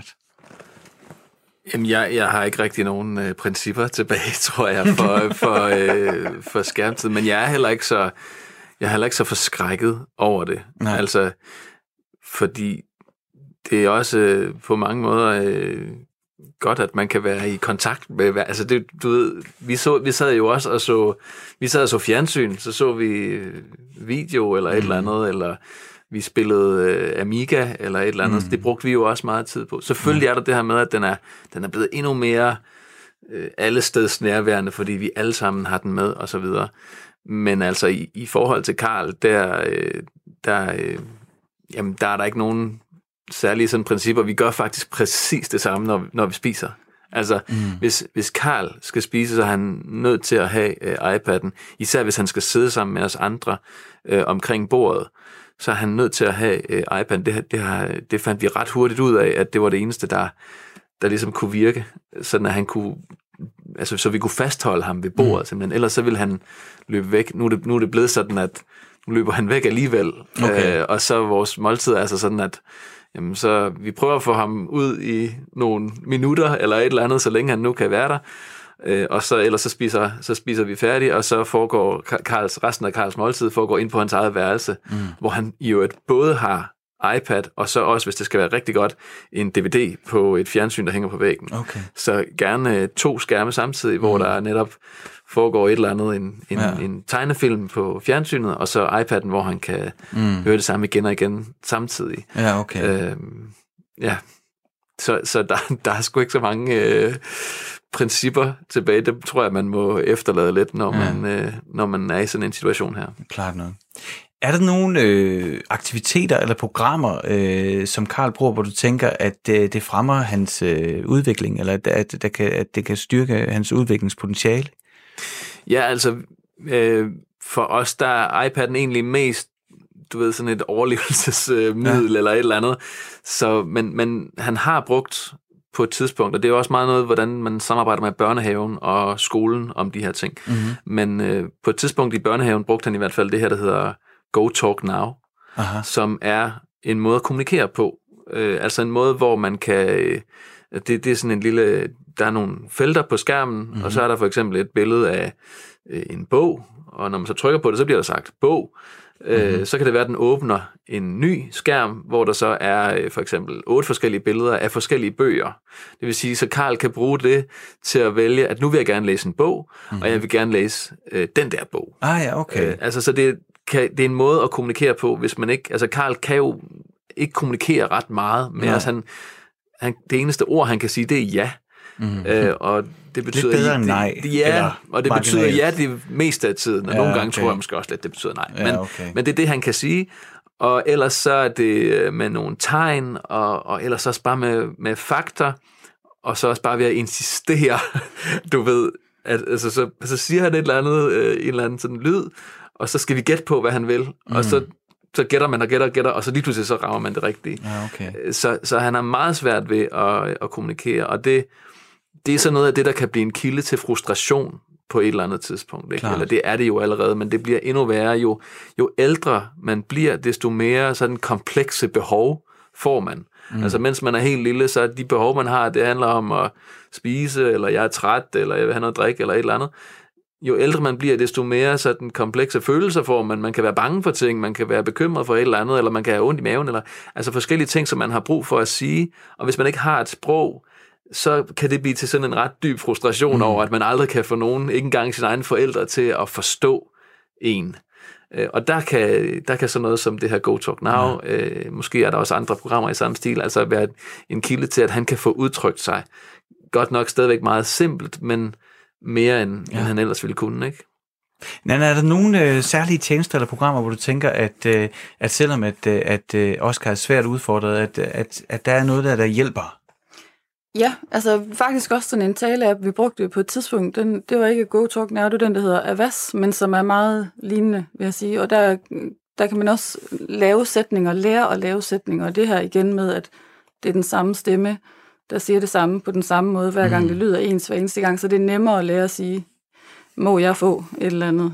Jamen, jeg har ikke rigtig nogen principper tilbage, tror jeg, for skærmtid, men jeg er heller ikke så jeg er heller ikke så forskrækket over det. Nej. Altså, fordi det er også på mange måder godt, at man kan være i kontakt med, altså det, du ved, vi sad jo også og så fjernsyn, så vi video eller et eller andet, eller vi spillede Amiga eller et eller andet, så det brugte vi jo også meget tid på. Selvfølgelig er der det her med, at den er blevet endnu mere allesteds nærværende, fordi vi alle sammen har den med, og så videre. Men altså i forhold til Carl, der er der ikke nogen særlige sådan principper. Vi gør faktisk præcis det samme, når vi spiser. Altså, hvis Carl skal spise, så er han nødt til at have iPad'en, især hvis han skal sidde sammen med os andre omkring bordet, så er han nødt til at have iPad'en. Det fandt vi ret hurtigt ud af, at det var det eneste, der ligesom kunne virke, sådan at han kunne, altså så vi kunne fastholde ham ved bordet, simpelthen. Ellers så ville han løbe væk. Nu er det blevet sådan, at nu løber han væk alligevel, og så vores måltid er altså sådan, at jamen, så vi prøver at få ham ud i nogle minutter, eller et eller andet, så længe han nu kan være der, og så ellers så spiser vi færdigt, og så foregår resten af Carls måltid foregår ind på hans eget værelse, hvor han jo både har iPad, og så også, hvis det skal være rigtig godt, en DVD på et fjernsyn, der hænger på væggen. Okay. Så gerne 2 skærme samtidig, hvor der netop foregår et eller andet, en tegnefilm på fjernsynet, og så iPad'en, hvor han kan høre det samme igen og igen samtidig. Ja, okay. Så der er sgu ikke så mange principper tilbage. Det tror jeg, man må efterlade lidt, når man er i sådan en situation her. Klart nok. Er der nogle aktiviteter eller programmer, som Carl bruger, hvor du tænker, at det fremmer hans udvikling, eller at det kan styrke hans udviklingspotentiale? Ja, altså for os, der er iPad'en egentlig mest, du ved, sådan et overlevelsesmiddel eller et eller andet. Så, men han har brugt på et tidspunkt, og det er også meget noget, hvordan man samarbejder med børnehaven og skolen om de her ting. Men på et tidspunkt i børnehaven brugte han i hvert fald det her, der hedder Go Talk Now, som er en måde at kommunikere på. Altså en måde, hvor man kan... Det er sådan en lille... Der er nogle felter på skærmen, og så er der for eksempel et billede af en bog, og når man så trykker på det, så bliver der sagt bog. Så kan det være, at den åbner en ny skærm, hvor der så er for eksempel 8 forskellige billeder af forskellige bøger. Det vil sige, så Carl kan bruge det til at vælge, at nu vil jeg gerne læse en bog, og jeg vil gerne læse den der bog. Ja, okay. Altså, så det er en måde at kommunikere på, hvis man ikke... Altså, Carl kan jo ikke kommunikere ret meget, men altså, det eneste ord, han kan sige, det er ja. Og det betyder lidt bedre end nej. Og det betyder ja det meste af tiden, og nogle gange tror jeg måske også lidt, det betyder nej. Men det er det, han kan sige, og ellers så er det med nogle tegn, og ellers også bare med fakta, og så også bare ved at insistere, du ved, at altså, så siger han et eller andet, en eller anden sådan lyd, og så skal vi gætte på, hvad han vil, og så gætter man og gætter, og så lige pludselig så rammer man det rigtige. Så han er meget svært ved at kommunikere, og det er så noget af det, der kan blive en kilde til frustration på et eller andet tidspunkt. Ikke? Eller det er det jo allerede, men det bliver endnu værre. Jo ældre man bliver, desto mere sådan komplekse behov får man. Altså mens man er helt lille, så de behov, man har, det handler om at spise, eller jeg er træt, eller jeg vil have noget at drikke, eller et eller andet. Jo ældre man bliver, desto mere sådan komplekse følelser får man. Man kan være bange for ting, man kan være bekymret for et eller andet, eller man kan have ondt i maven, eller altså forskellige ting, som man har brug for at sige. Og hvis man ikke har et sprog, så kan det blive til sådan en ret dyb frustration over, at man aldrig kan få nogen, ikke engang sine egne forældre, til at forstå en. Og der kan sådan noget som det her Go Talk Now, måske er der også andre programmer i samme stil, altså være en kilde til, at han kan få udtrykt sig. Godt nok stadigvæk meget simpelt, men mere end han ellers ville kunne, ikke? Nanna, er der nogle særlige tjenester eller programmer, hvor du tænker, at selvom at Oscar er svært udfordret, at der er noget, der hjælper? Ja, altså faktisk også sådan en tale-app, vi brugte på et tidspunkt, det var ikke Go Talk Now, det er den, der hedder Avas, men som er meget lignende, vil jeg sige. Og der kan man også lave sætninger, lære at lave sætninger, og det her igen med, at det er den samme stemme, der siger det samme på den samme måde, hver gang det lyder ens hver eneste gang, så det er nemmere at lære at sige, må jeg få et eller andet.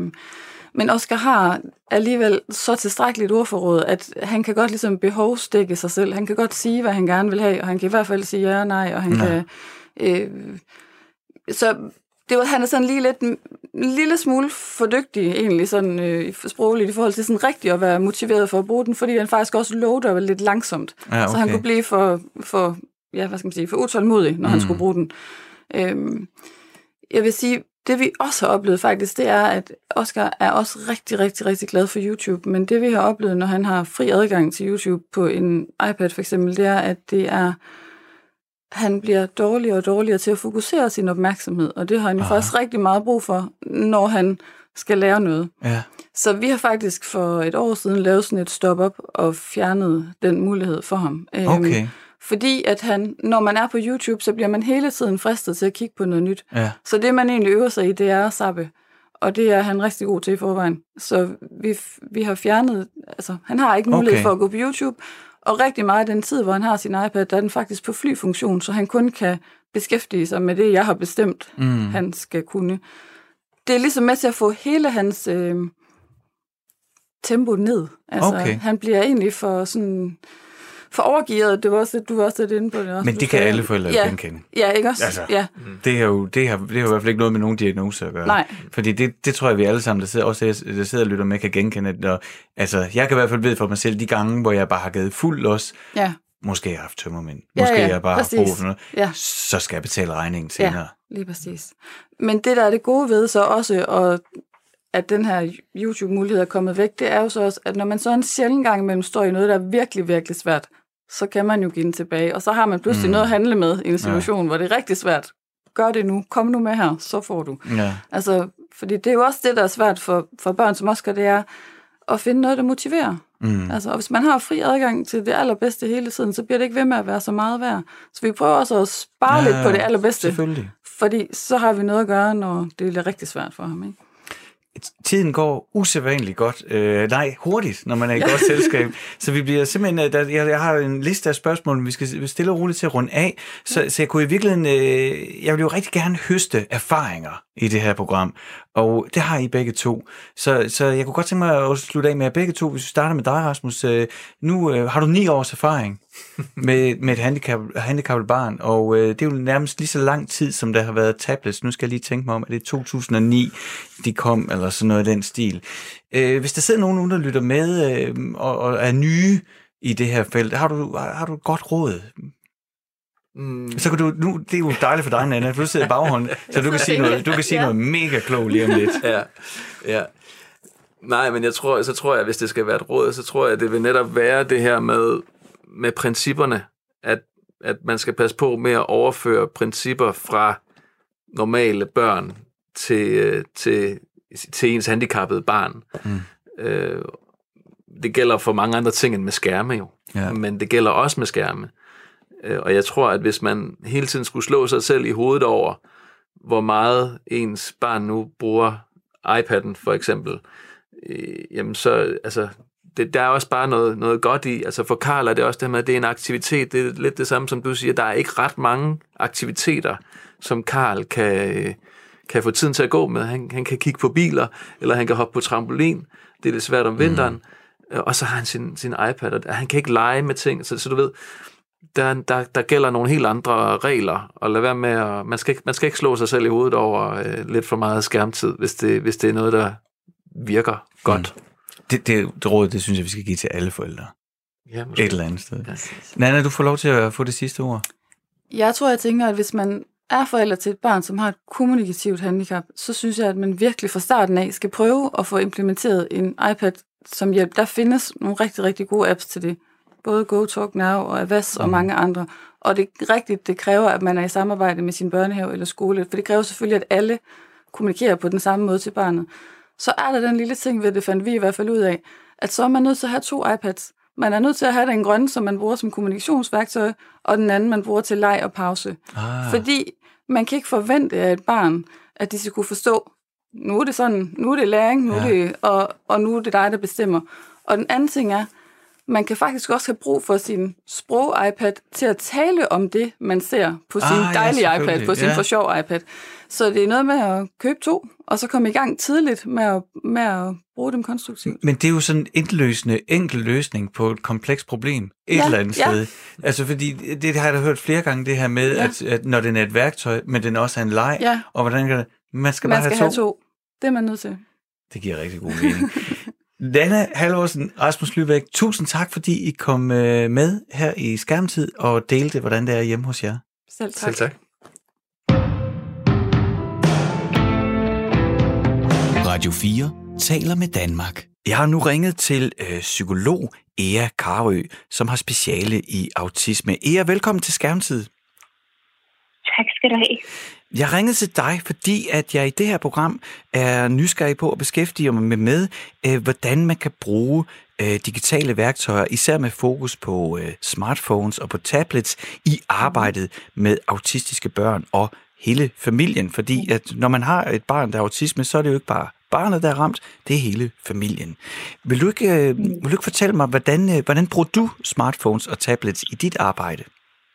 Men Oscar har alligevel så tilstrækkeligt ordforråd, at han kan godt ligesom behovsdække sig selv. Han kan godt sige, hvad han gerne vil have, og han kan i hvert fald sige ja og nej, og han kan... Så han er sådan lige en lille smule for dygtig, egentlig sådan sprogligt, i forhold til sådan rigtigt at være motiveret for at bruge den, fordi han faktisk også loader lidt langsomt. Ja, okay. Så han kunne blive for utålmodig, når han skulle bruge den. Jeg vil sige, det vi også har oplevet faktisk, det er, at Oscar er også rigtig, rigtig, rigtig glad for YouTube, men det vi har oplevet, når han har fri adgang til YouTube på en iPad for eksempel, det er, at han bliver dårligere og dårligere til at fokusere sin opmærksomhed, og det har han jo faktisk rigtig meget brug for, når han skal lære noget. Ja. Så vi har faktisk for et år siden lavet sådan et stop-up og fjernet den mulighed for ham. Okay. Fordi at når man er på YouTube, så bliver man hele tiden fristet til at kigge på noget nyt. Ja. Så det, man egentlig øver sig i, det er at zappe. Og det er han rigtig god til i forvejen. Så vi har fjernet... Altså, han har ikke mulighed for at gå på YouTube. Og rigtig meget af den tid, hvor han har sin iPad, der er den faktisk på flyfunktion, så han kun kan beskæftige sig med det, jeg har bestemt, han skal kunne. Det er ligesom med til at få hele hans tempo ned. Altså, han bliver egentlig for overgearet. Det var også det, du var også lidt inde på det også. Men det kan alle forældre genkende. Ja, ikke også? Altså, det har i hvert fald ikke noget med nogen diagnose at gøre. Nej. Fordi det tror jeg, vi alle sammen, der sidder og lytter med, kan genkende. Og, altså, jeg kan i hvert fald vide for mig selv, de gange, hvor jeg bare har givet fuld los, måske jeg har haft tømmermænd, måske jeg bare har brug for noget, så skal jeg betale regningen senere. Ja, lige præcis. Men det, der er det gode ved så også, at den her YouTube-mulighed er kommet væk, det er jo så også, at når man så en sjældent gang imellem står i noget, der er virkelig, virkelig svært, så kan man jo give den tilbage, og så har man pludselig noget at handle med i en situation, hvor det er rigtig svært. Gør det nu, kom nu med her, så får du. Ja. Altså, fordi det er jo også det, der er svært for børn som Oscar, det er at finde noget, der motiverer. Altså, og hvis man har fri adgang til det allerbedste hele tiden, så bliver det ikke ved med at være så meget værd. Så vi prøver også at spare lidt på det allerbedste. Selvfølgelig. Fordi så har vi noget at gøre, når det er rigtig svært for ham, ikke? Tiden går usædvanligt godt. Hurtigt, når man er i godt selskab. Så vi bliver simpelthen... Jeg har en liste af spørgsmål, vi skal stille og roligt til at runde af. Så jeg kunne i virkeligheden... Jeg vil jo rigtig gerne høste erfaringer i det her program. Og det har I begge to. Så jeg kunne godt tænke mig at slutte af med begge to. Hvis vi starter med dig, Rasmus. Nu har du 9 års erfaring med et handicappet barn, og det er jo nærmest lige så lang tid, som der har været tablets. Nu skal jeg lige tænke mig om, at det er 2009, de kom, eller sådan noget i den stil. Hvis der sidder nogen, der lytter med og er nye i det her felt, har du et godt råd? Så kan du nu, det er jo dejligt for dig, Nanna, for du sidder i baghånden, så du kan sige noget mega klogt lige om lidt. Ja. Nej, men så tror jeg, hvis det skal være et råd, så tror jeg, det vil netop være det her med principperne, at man skal passe på med at overføre principper fra normale børn til ens handicappede barn. Det gælder for mange andre ting end med skærme jo, men det gælder også med skærme. Og jeg tror, at hvis man hele tiden skulle slå sig selv i hovedet over, hvor meget ens barn nu bruger iPad'en for eksempel, jamen så, altså, der er også bare noget godt i. Altså for Karl er det også det med, at det er en aktivitet. Det er lidt det samme, som du siger. Der er ikke ret mange aktiviteter, som Karl kan få tiden til at gå med. Han kan kigge på biler, eller han kan hoppe på trampolin. Det er lidt svært om vinteren. Og så har han sin iPad, og han kan ikke lege med ting. Så du ved, der gælder nogle helt andre regler, og lad være med at... Man skal ikke slå sig selv i hovedet over lidt for meget skærmtid, hvis det er noget, der virker godt. Det råd, det synes jeg, vi skal give til alle forældre. Ja, måske. Et eller andet sted. Ja. Nanna, du får lov til at få det sidste ord. Jeg tænker, at hvis man er forælder til et barn, som har et kommunikativt handicap, så synes jeg, at man virkelig fra starten af skal prøve at få implementeret en iPad som hjælp. Der findes nogle rigtig, rigtig gode apps til det. Både GoTalkNow og Avast og mange andre. Og det er rigtigt, det kræver, at man er i samarbejde med sin børnehave eller skole, for det kræver selvfølgelig, at alle kommunikerer på den samme måde til barnet. Så er der den lille ting ved det, fandt vi i hvert fald ud af, at så er man nødt til at have 2 iPads. Man er nødt til at have den grønne, som man bruger som kommunikationsværktøj, og den anden, man bruger til leg og pause. Fordi man kan ikke forvente af et barn, at de skal kunne forstå, nu er det sådan, nu er det læring, og nu er det dig, der bestemmer. Og den anden ting er, man kan faktisk også have brug for sin sprog-iPad til at tale om det, man ser på sin dejlige iPad, på sin for sjov iPad. Så det er noget med at købe 2, og så komme i gang tidligt med at bruge dem konstruktivt. Men det er jo sådan en enkel løsning på et komplekst problem et eller andet sted. Altså fordi, det har jeg da hørt flere gange, det her med, at når den er et værktøj, men den også er en leg, og hvordan kan det, Man skal have to. Det er man nødt til. Det giver rigtig god mening. Nanna Halvorsen, Rasmus Lybeck, tusind tak, fordi I kom med her i Skærmtid og delte, hvordan det er hjemme hos jer. Selv tak. Selv tak. Radio 4 taler med Danmark. Jeg har nu ringet til psykolog Ea Karø, som har speciale i autisme. Ea, velkommen til Skærmtid. Tak skal du have. Jeg ringede til dig, fordi at jeg i det her program er nysgerrig på at beskæftige mig med hvordan man kan bruge digitale værktøjer, især med fokus på smartphones og på tablets, i arbejdet med autistiske børn og hele familien. Fordi at når man har et barn, der er autisme, så er det jo ikke bare barnet, der er ramt, det er hele familien. Vil du ikke fortælle mig, hvordan bruger du smartphones og tablets i dit arbejde?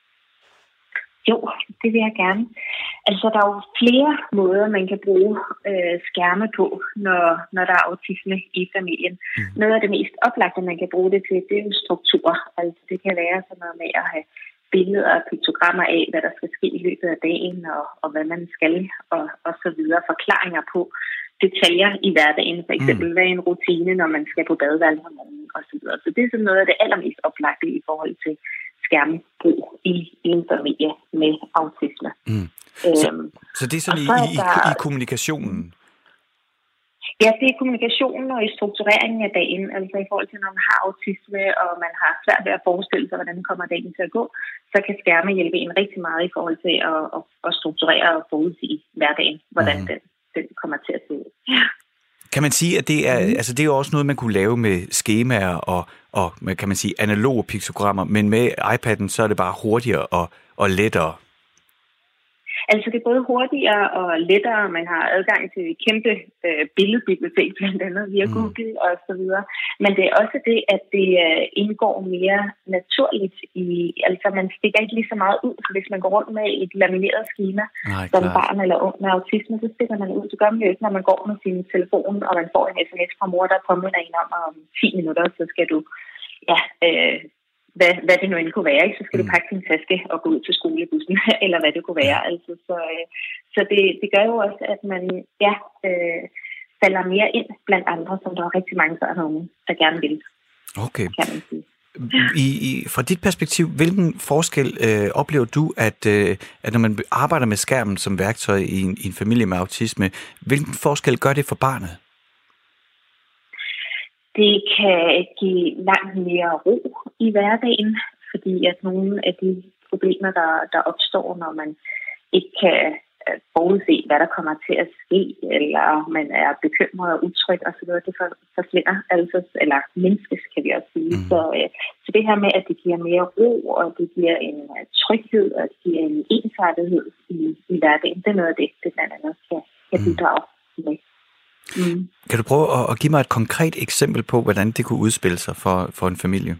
Jo, det vil jeg gerne. Altså, der er jo flere måder, man kan bruge skærme på, når der er autisme i familien. Noget af det mest oplagte, man kan bruge det til, det er jo struktur. Altså, det kan være sådan noget med at have billeder og piktogrammer af, hvad der skal ske i løbet af dagen, og hvad man skal, og så videre. Forklaringer på detaljer i hverdagen. For eksempel, hvad er en rutine, når man skal på badeværelset om morgenen, og så videre. Så det er sådan noget af det allermest oplagte i forhold til skærmbrug i en familie med autisme. Så det er sådan i kommunikationen? Ja, det er kommunikationen og i struktureringen af dagen. Altså i forhold til, når man har autisme, og man har svært ved at forestille sig, hvordan kommer dagen til at gå, så kan skærme hjælpe en rigtig meget i forhold til at strukturere og forudsige hverdagen, hvordan den kommer til at se ud. Ja. Kan man sige, at det er jo også noget, man kunne lave med skemaer og med, kan man sige, analoge piktogrammer, men med iPad'en, så er det bare hurtigere og lettere? Altså det er både hurtigere og lettere, man har adgang til et kæmpe billedbibliotek, blandt andet via Google og så videre. Men det er også det, at det indgår mere naturligt i, altså man stikker ikke lige så meget ud, så hvis man går rundt med et lamineret schema, som barn eller ung med autisme, så stikker man ud. Så gør man jo ikke, når man går med sin telefon, og man får en sms fra mor, der påminder en om 10 minutter, så skal du, hvad det nu end kunne være, ikke? Så skal du pakke din taske og gå ud til skolebussen, eller hvad det kunne være. Altså, så det gør jo også, at man falder mere ind blandt andre, som der er rigtig mange børn og unge, der gerne vil. Okay. Fra dit perspektiv, hvilken forskel oplever du, at når man arbejder med skærmen som værktøj i en familie med autisme, hvilken forskel gør det for barnet? Det kan give langt mere ro i hverdagen, fordi at nogle af de problemer, der opstår, når man ikke kan forudse, hvad der kommer til at ske, eller man er bekymret og utryg osv., det forsvinder, altså, eller mindskes, kan vi også sige. Så det her med, at det giver mere ro, og det giver en tryghed, og det giver en ensartethed i hverdagen, det er noget af det blandt andet kan bidrage med. Kan du prøve at give mig et konkret eksempel på, hvordan det kunne udspille sig for en familie?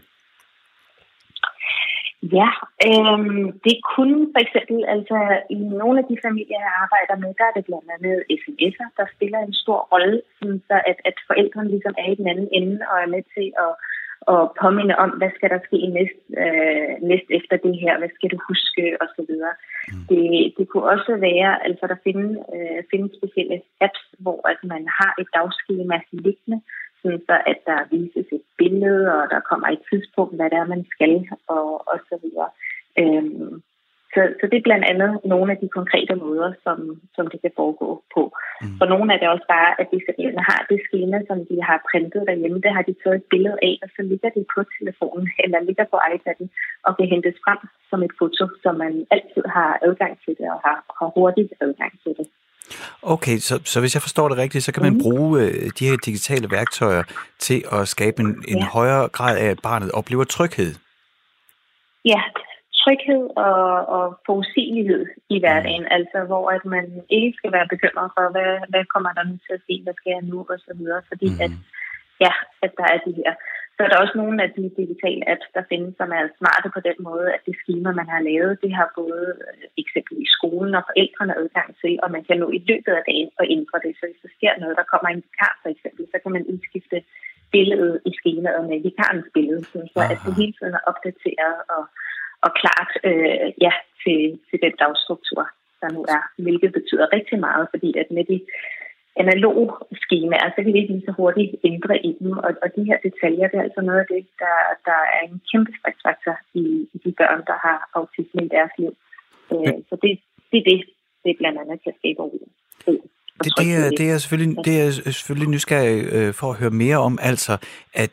Ja, det kunne for eksempel, altså i nogle af de familier, jeg arbejder med, der er det blandt andet sms'er, der spiller en stor rolle, så at forældrene ligesom er i den anden ende og er med til at påminde om, hvad skal der ske næst efter det her, hvad skal du huske, og så videre. Det kunne også være, altså der findes specielle apps, hvor at man har et dagskema liggende, så at der vises et billede, og der kommer et tidspunkt, hvad det er, man skal, og så videre. Så det er blandt andet nogle af de konkrete måder, som det kan foregå på. For nogle er det også bare, at de simpelthen har det skema, som de har printet derhjemme. Det har de taget et billede af, og så ligger det på telefonen, eller ligger på iPad'en, og kan hentes frem som et foto, så man altid har adgang til det, og har hurtigt adgang til det. Okay, så hvis jeg forstår det rigtigt, så kan man bruge de her digitale værktøjer til at skabe en højere grad af, at barnet oplever tryghed. Ja, tryghed og forudsigelighed i hverdagen, altså hvor at man ikke skal være bekymret for, hvad kommer der nu til at ske, hvad skal jeg nu, og så videre, fordi at der er de her. Så er der også nogle af de digitale apps, der findes, som er smarte på den måde, at det schema, man har lavet, det har både eksempelvis skolen og forældrene adgang til, og man kan nå i løbet af dagen og ændre det. Så hvis der sker noget, der kommer en vikar for eksempel, så kan man udskifte billedet i skemaet med vikarens billede, så at det hele tiden er opdateret og klart til den dagsstruktur, der nu er, hvilket betyder rigtig meget, fordi at med de analoge skemaer, så kan vi ikke lige så hurtigt ændre i dem, og de her detaljer, det er altså noget af det, der er en kæmpe stressfaktor i de børn, der har autisme i deres liv. Så det er det blandt andet kan skabe ro. Det er selvfølgelig nysgerrig for at høre mere om, altså, at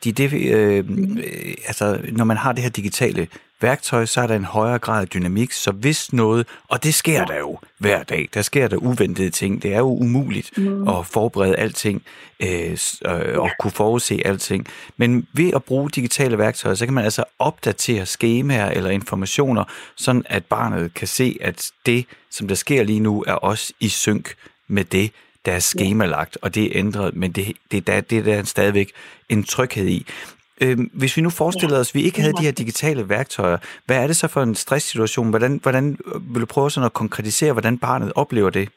når man har det her digitale værktøj, så er der en højere grad af dynamik, så hvis noget, og det sker der jo hver dag, der sker der uventede ting, det er jo umuligt at forberede alting og kunne forudse alting, men ved at bruge digitale værktøjer, så kan man altså opdatere skemaer eller informationer, sådan at barnet kan se, at det, som der sker lige nu, er også i synk med det, der er skemalagt, og det er ændret, men det er der stadigvæk en tryghed i. Hvis vi nu forestiller os, at vi ikke havde de her digitale værktøjer, hvad er det så for en stresssituation? Hvordan vil du prøve sådan at konkretisere, hvordan barnet oplever det?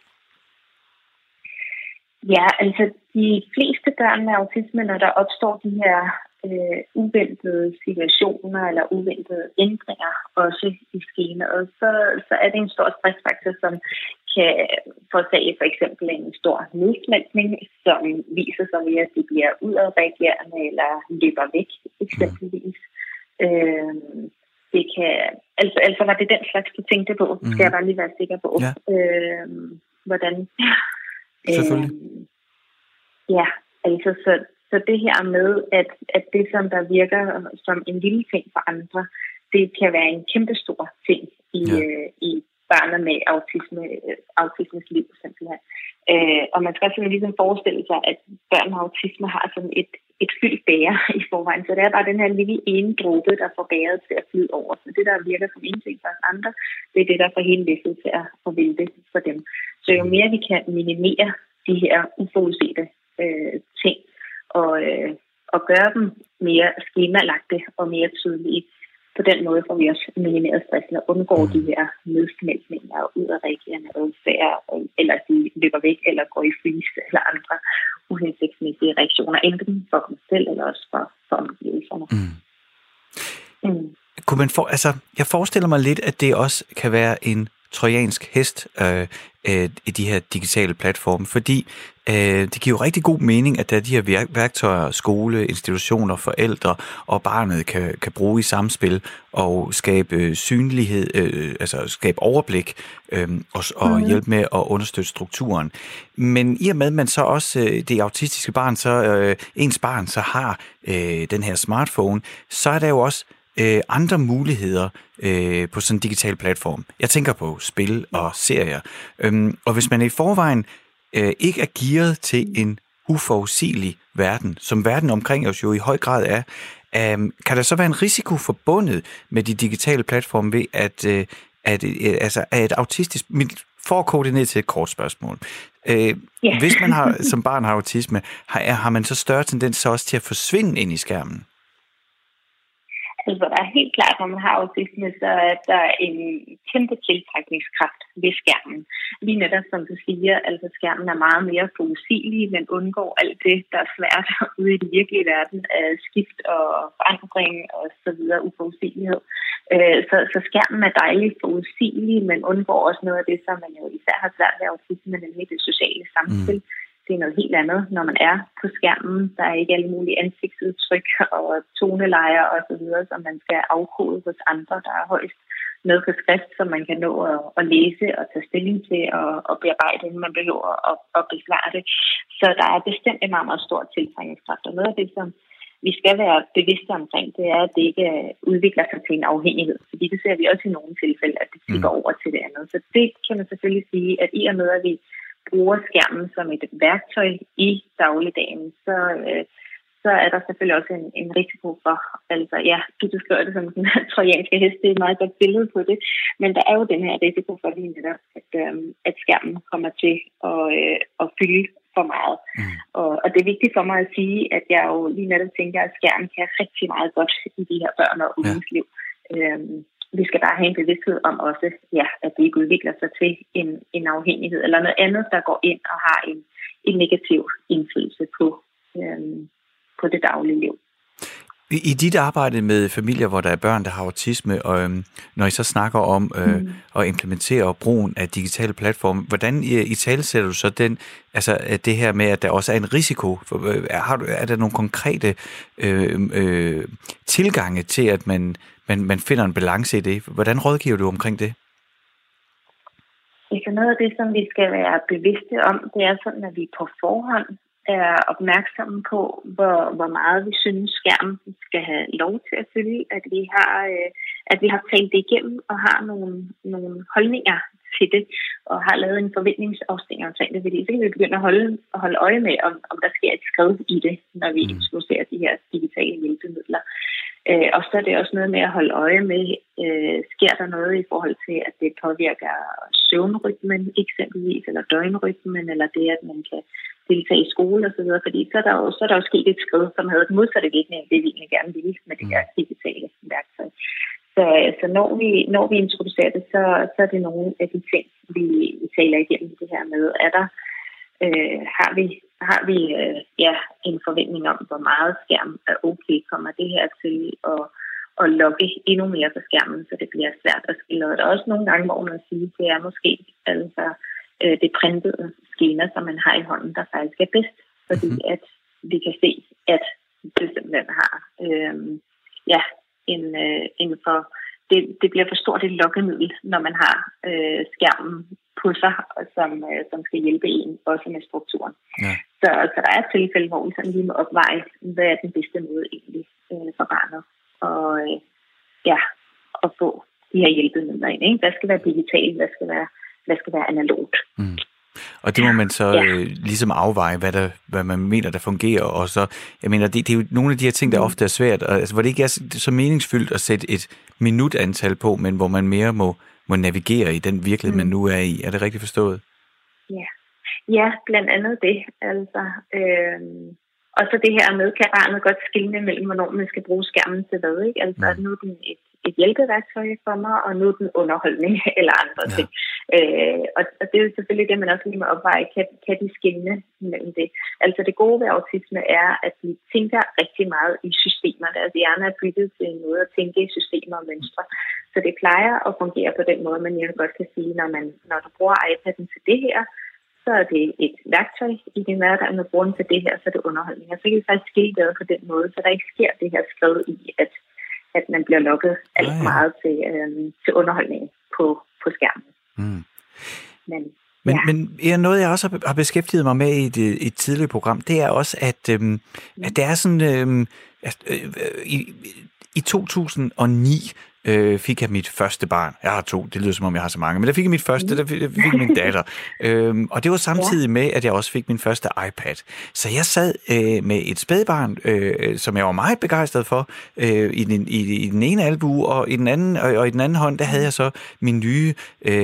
Ja, altså de fleste børn med autisme, når der opstår de her uventede situationer eller uventede ændringer også i skemaet, så er det en stor stressfaktor, som kan forårsage for eksempel en stor nedsmeltning, som viser sig ved, at de bliver udadreagerende eller løber væk eksempelvis. Det kan, altså var det den slags, du tænkte på? Skal jeg bare lige være sikker på? Ja. Hvordan? Selvfølgelig. Ja, altså så det her med, at det, som der virker som en lille ting for andre, det kan være en kæmpe stor ting i barnet med autismes liv, simpelthen. Og man skal simpelthen ligesom forestille sig, at børn med autisme har sådan et fyldt bæger i forvejen. Så det er bare den her lille ene dråbe, der får bæret til at flyde over. Så det, der virker som en ting for andre, det er det, der får hele læsset til at vælte for dem. Så jo mere vi kan minimere de her uforudsete ting, og gøre dem mere skemalagte og mere tydelige, på den måde får vi også minimeret stressen og undgår de her nedsmeltninger og udadreagerende adfærd, eller de løber væk eller går i freeze eller andre uhensigtsmæssige reaktioner, enten for dem selv eller også for omgivelserne. Kunne man jeg forestiller mig lidt, at det også kan være en trojansk hest i de her digitale platforme, fordi det giver jo rigtig god mening, at der er de her værktøjer, skole, institutioner, forældre og barnet kan bruge i samspil og skabe synlighed, altså skabe overblik og hjælpe med at understøtte strukturen. Men i og med, at man så også, det autistiske barn, ens barn så har den her smartphone, så er der jo også andre muligheder på sådan en digital platform. Jeg tænker på spil og serier. Og hvis man i forvejen ikke er gearet til en uforudsigelig verden, som verden omkring os jo i høj grad er, kan der så være en risiko forbundet med de digitale platforme ved, at autistisk... For at kode det ned til et kort spørgsmål. Hvis man som barn har autisme, har man så større tendens så også til at forsvinde ind i skærmen? Altså, der er helt klart, når man har autisme, så er der en kæmpe tiltrækningskraft ved skærmen. Lige netop, som du siger, altså skærmen er meget mere forudsigelig, men undgår alt det, der er svært ude i den virkelige verden af skift og forandring og så videre, uforudsigelighed. Så skærmen er dejligt forudsigelig, men undgår også noget af det, som man jo især har svært ved autisme, nemlig det sociale samspil. Det er noget helt andet, når man er på skærmen. Der er ikke alle mulige ansigtsudtryk og tonelejer og så videre, som man skal afkode hos andre. Der er højst noget på skrift, som man kan nå at læse og tage stilling til og bearbejde, inden man behøver at besvare det. Så der er bestemt en meget, meget stor tiltrækningskraft. Og noget af det, som vi skal være bevidste omkring, det er, at det ikke udvikler sig til en afhængighed. Fordi det ser vi også i nogle tilfælde, at det tipper over til det andet. Så det kan man selvfølgelig sige, at i og med, at vi bruger skærmen som et værktøj i dagligdagen, så er der selvfølgelig også en risiko for, altså ja, du beskriver det som en trojanske hest, det er et meget godt billede på det, men der er jo den her risiko for lige netop, at skærmen kommer til at fylde for meget. Og det er vigtigt for mig at sige, at jeg jo lige netop tænker, at skærmen kan rigtig meget godt i de her børn og unges liv. Vi skal bare have en bevidsthed om også, at det ikke udvikler sig til en afhængighed eller noget andet, der går ind og har en negativ indflydelse på det daglige liv. I dit arbejde med familier, hvor der er børn, der har autisme, og når I så snakker om at implementere brugen af digitale platforme, hvordan italesætter du så det her med, at der også er en risiko? Er der nogle konkrete tilgange til, at man finder en balance i det? Hvordan rådgiver du omkring det? Så noget af det, som vi skal være bevidste om, det er sådan, at vi på forhånd er opmærksomme på, hvor meget vi synes, skærmen skal have lov til at fylde, at vi har talt det igennem og har nogle holdninger til det, og har lavet en forventningsafstemning omkring det, fordi så kan vi begynde at holde øje med, om der sker et skred i det, når vi introducerer de her digitale hjælpemidler. Og så er det også noget med at holde øje med, sker der noget i forhold til, at det påvirker søvnrytmen eksempelvis, eller døgnrytmen, eller det, at man kan deltage i skole osv., fordi så er der jo sket et skridt, som havde den modsatte virkning af det, vi egentlig gerne ville med det her digitale værktøj. Så når vi introducerer det, så er det nogle af de ting, vi taler igennem det her med. Har vi en forventning om, hvor meget skærm er okay, kommer det her til at logge endnu mere på skærmen, så det bliver svært at skille. Og der er også nogle gange, hvor man siger, det er måske altså det printede skema, som man har i hånden, der faktisk er bedst, fordi at vi kan se, at det simpelthen har det bliver for stort et lokkemiddel, når man har skærmen på sig, som skal hjælpe en, også med strukturen. Ja. Så der er et tilfælde, hvor vi sådan lige må opveje, hvad er den bedste måde egentlig for barnet, og få de her hjælpemidler ind. Ikke? Hvad skal være digitalt, hvad skal være analogt. Mm. Og det må man så ligesom afveje, hvad man mener, der fungerer. Og så, jeg mener, det er jo nogle af de her ting, der ofte er svært, og, altså, hvor det ikke er så meningsfyldt at sætte et minutantal på, men hvor man mere må navigere i den virkelighed, man nu er i. Er det rigtigt forstået? Ja, blandt andet det. Altså, og så det her med, kan barnet godt skelne mellem, hvornår man skal bruge skærmen til hvad, ikke? Altså, at nu er den et hjælpeværktøj for mig, og nu er den underholdning eller andre ting. Og det er jo selvfølgelig det, man også lige må opveje. Kan de skelne mellem det? Altså det gode ved autisme er, at vi tænker rigtig meget i systemer. Deres hjerne er bygget til en måde at tænke i systemer og mønstre. Så det plejer at fungere på den måde, man jo godt kan sige, når du bruger iPad'en til det her, så er det et værktøj i din hverdag, når du bruger den til det her, så er det underholdning. Og så kan vi faktisk skille det på den måde, så der ikke sker det her skred i, at man bliver lukket alt meget til underholdning på skærmen. Mm. Men noget, jeg også har beskæftiget mig med i et tidligere program, det er også, at der er sådan... I 2009 fik jeg mit første barn. Jeg har 2, det lyder som om jeg har så mange, men der fik jeg mit første, der fik min datter. Og det var samtidig med, at jeg også fik min første iPad. Så jeg sad med et spædbarn, som jeg var meget begejstret for, i den ene albue, og i den anden hånd, der havde jeg så min nye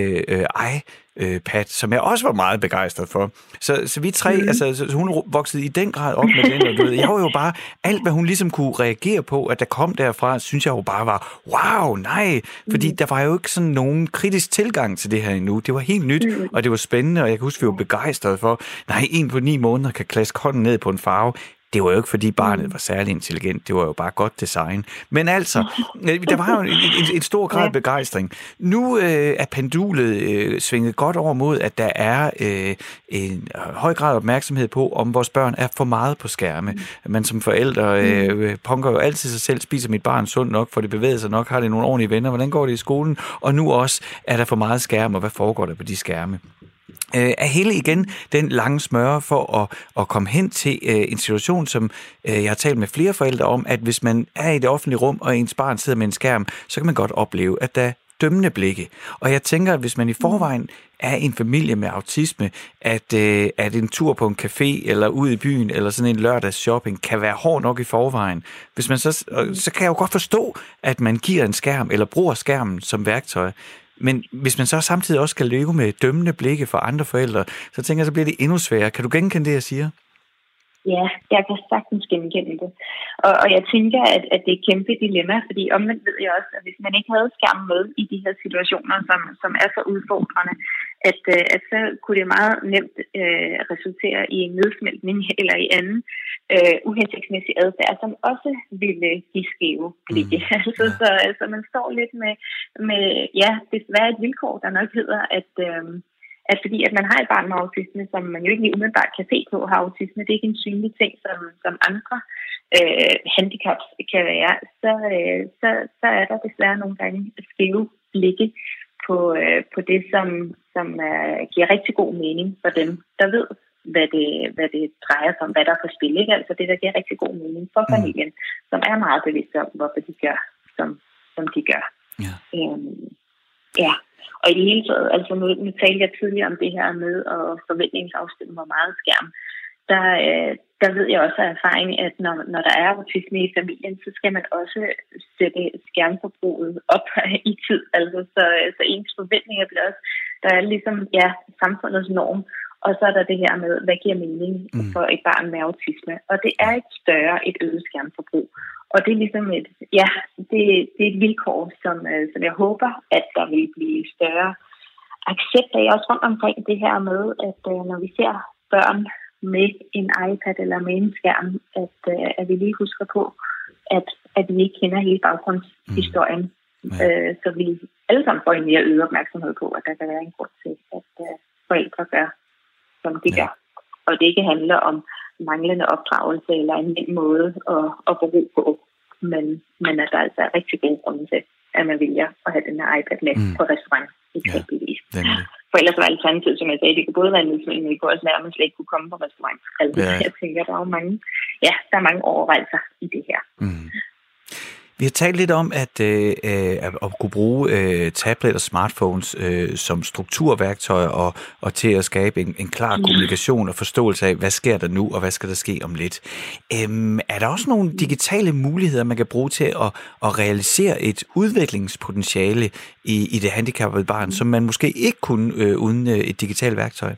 iPad, som jeg også var meget begejstret for. Så vi tre, altså hun voksede i den grad op med den, og du ved, jeg var jo bare, alt hvad hun ligesom kunne reagere på, at der kom derfra, synes jeg jo bare var, wow, nej, fordi der var jo ikke sådan nogen kritisk tilgang til det her endnu. Det var helt nyt, og det var spændende, og jeg kan huske, vi var begejstrede for, en på 9 måneder kan klaske hånden ned på en farve. Det var jo ikke, fordi barnet var særlig intelligent. Det var jo bare godt design. Men altså, der var jo en stor grad af begejstring. Nu er pendulet svinget godt over mod, at der er en høj grad af opmærksomhed på, om vores børn er for meget på skærme. Man som forældre punker jo altid sig selv, spiser mit barn sundt nok, for det bevæger sig nok, har det nogle ordentlige venner, hvordan går det i skolen? Og nu også, er der for meget skærm, og hvad foregår der på de skærme? Er hele igen den lange smøre for at komme hen til en situation, som jeg har talt med flere forældre om, at hvis man er i det offentlige rum, og ens barn sidder med en skærm, så kan man godt opleve, at der er dømmende blikke. Og jeg tænker, at hvis man i forvejen er en familie med autisme, at en tur på en café eller ud i byen, eller sådan en lørdags shopping, kan være hård nok i forvejen. Hvis man så kan jeg jo godt forstå, at man giver en skærm, eller bruger skærmen som værktøj. Men hvis man så samtidig også skal leve med dømmende blikke for andre forældre, så tænker jeg, så bliver det endnu sværere. Kan du genkende det, jeg siger? Ja, jeg kan sagtens genkende det. Og jeg tænker, at det er et kæmpe dilemma, fordi omvendt ved jeg også, at hvis man ikke havde skærm med i de her situationer, som er så udfordrende, at så kunne det meget nemt resultere i en nedsmeltning eller i anden uhensigtsmæssig adfærd, som også ville give skæve blikke. Så man står lidt med desværre et vilkår, der nok hedder, at fordi at man har et barn med autisme, som man jo ikke lige umiddelbart kan se på har autisme, det er ikke en synlig ting, som andre handicaps kan være, så er der desværre nogle gange skæve blikke på det, som giver rigtig god mening for dem, der ved, hvad det drejer sig om, hvad der er på spil. Ikke? Altså det, der giver rigtig god mening for familien, som er meget bevidst om, hvorfor de gør, som de gør. Ja. Ja. Og i det hele taget, altså nu talte jeg tidligere om det her med at forventningsafstemme, hvor meget skærm. Der ved jeg også af erfaring, at når der er autisme i familien, så skal man også sætte skærmforbruget op i tid. Altså, så ens forventninger bliver også, der er ligesom samfundets norm, og så er der det her med, hvad giver mening for et barn med autisme. Og det er et øget skærmforbrug. Og det er ligesom det er et vilkår, som jeg håber, at der vil blive større accept af også rundt omkring det her med, at når vi ser børn med en iPad eller med en skærm, at vi lige husker på, at vi ikke kender hele baggrundshistorien. Så vi alle sammen får en mere øget opmærksomhed på, at der kan være en grund til, at forældre gør, som de gør. Og det ikke handler om manglende opdragelse eller en nem måde at bruge på, men at der altså er rigtig gode grunde til, at man vælger at have den her iPad med på restaurant, eksempelvis. For ellers var alternativet, som jeg sagde, det kunne både være en udsmænd, men det kunne også være, at man slet ikke kunne komme på restaurant. Altså, jeg tænker, der er mange overvejelser i det her. Vi har talt lidt om at kunne bruge tablet og smartphones som strukturværktøjer og til at skabe en klar kommunikation og forståelse af, hvad sker der nu, og hvad skal der ske om lidt. Er der også nogle digitale muligheder, man kan bruge til at realisere et udviklingspotentiale i det handicappede barn, som man måske ikke kunne uden et digitalt værktøj?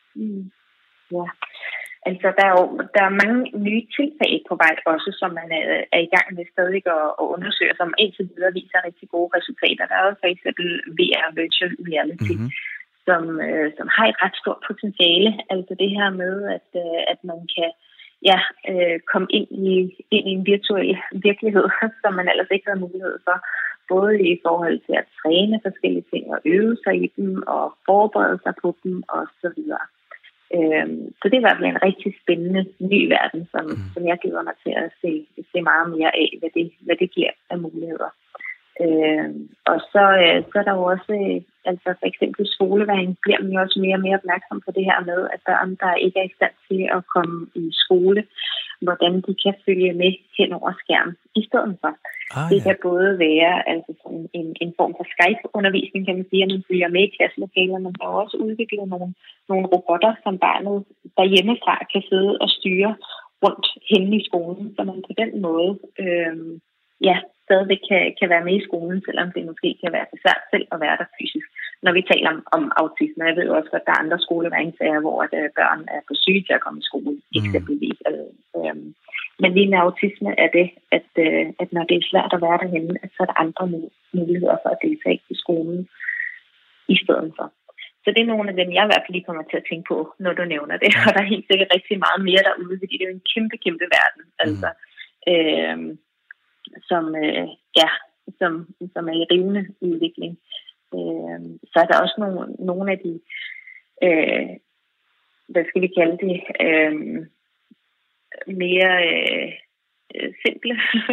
Ja. Altså, der er mange nye tiltag på vej også, som man er i gang med stadig at undersøge, som indtil videre viser rigtig gode resultater. Der er også for eksempel VR, Virtual Reality, som har et ret stort potentiale. Altså det her med, at man kan komme ind i en virtuel virkelighed, som man ellers ikke har mulighed for. Både i forhold til at træne forskellige ting og øve sig i dem og forberede sig på dem osv. Så det er i hvert fald en rigtig spændende ny verden, som jeg glæder mig til at se meget mere af, hvad det giver af muligheder. Og så er der jo også, altså for eksempel skoleværing, bliver man jo også mere og mere opmærksom på det her med, at børn, der ikke er i stand til at komme i skole, hvordan de kan følge med hen over skærmen i stedet for. Det kan både være altså sådan en form for Skype-undervisning, kan man sige, at man følger med i klasselokaler, men der er også udviklet nogle robotter, som barnet derhjemmefra kan sidde og styre rundt henne i skolen, så man på den måde stadigvæk kan være med i skolen, selvom det måske kan være for svært selv at være der fysisk. Når vi taler om autisme, jeg ved også, at der er andre skoleværingssager, hvor børn er for syge til at komme i skole, eksempelvis. Men lige med autisme er det, at når det er svært at være derhenne, at så er der andre muligheder for at deltage i skolen i stedet for. Så det er nogle af dem, jeg i hvert fald lige kommer til at tænke på, når du nævner det. Og der er helt sikkert rigtig meget mere derude, fordi det er jo en kæmpe, kæmpe verden. Altså, som er i rivende udvikling. Så er der også nogle af de, hvad skal vi kalde det, mere simple,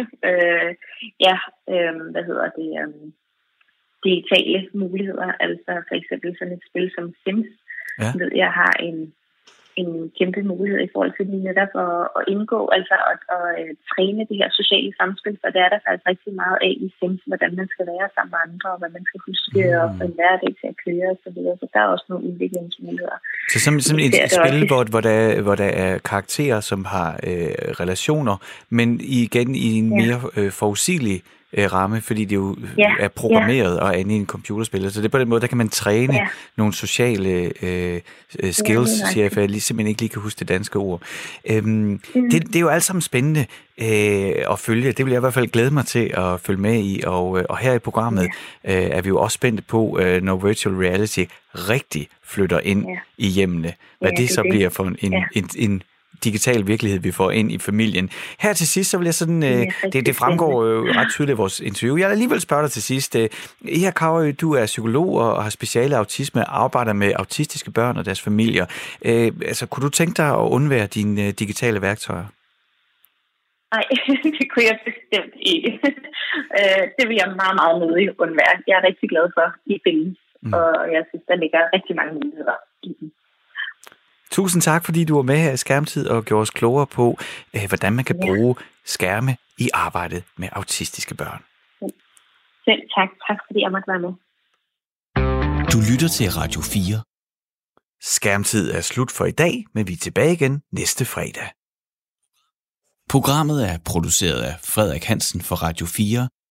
digitale muligheder. Altså for eksempel sådan et spil som Sims, ved jeg har en kæmpe mulighed i forhold til lige netop at indgå, altså at træne det her sociale samspil, for det er der faktisk rigtig meget af i Sims, hvordan man skal være sammen med andre, og hvad man skal huske, og få en hverdag til at køre og så videre. Så der er også nogle udviklingsmuligheder. Så sådan et spil, hvor der er karakterer, som har relationer, men igen i en mere forudsigelig ramme, fordi det jo er programmeret og er inde i en computerspil. Så det er på den måde, der kan man træne nogle sociale skills, siger jeg, for jeg simpelthen ikke lige kan huske det danske ord. Det er jo alt sammen spændende at følge. Det vil jeg i hvert fald glæde mig til at følge med i, og her i programmet er vi jo også spændte på, når virtual reality rigtig flytter ind i hjemmene. Hvad det så bliver for en digital virkelighed, vi får ind i familien. Her til sidst, så vil jeg sådan, det fremgår ret tydeligt af vores interview. Jeg vil alligevel spørge dig til sidst. Iha Kaurø, du er psykolog og har speciale autisme og arbejder med autistiske børn og deres familier. Altså, kunne du tænke dig at undvære dine digitale værktøjer? Nej, det kunne jeg bestemt ikke. Det vil jeg meget, meget nødig undvære. Jeg er rigtig glad for, I findes, og jeg synes, der ligger rigtig mange muligheder i dem. Tusind tak, fordi du var med her i Skærmtid og gjorde os klogere på, hvordan man kan bruge skærme i arbejdet med autistiske børn. Selv tak. Tak, fordi jeg måtte være med. Du lytter til Radio 4. Skærmtid er slut for i dag, men vi er tilbage igen næste fredag. Programmet er produceret af Frederik Hansen for Radio 4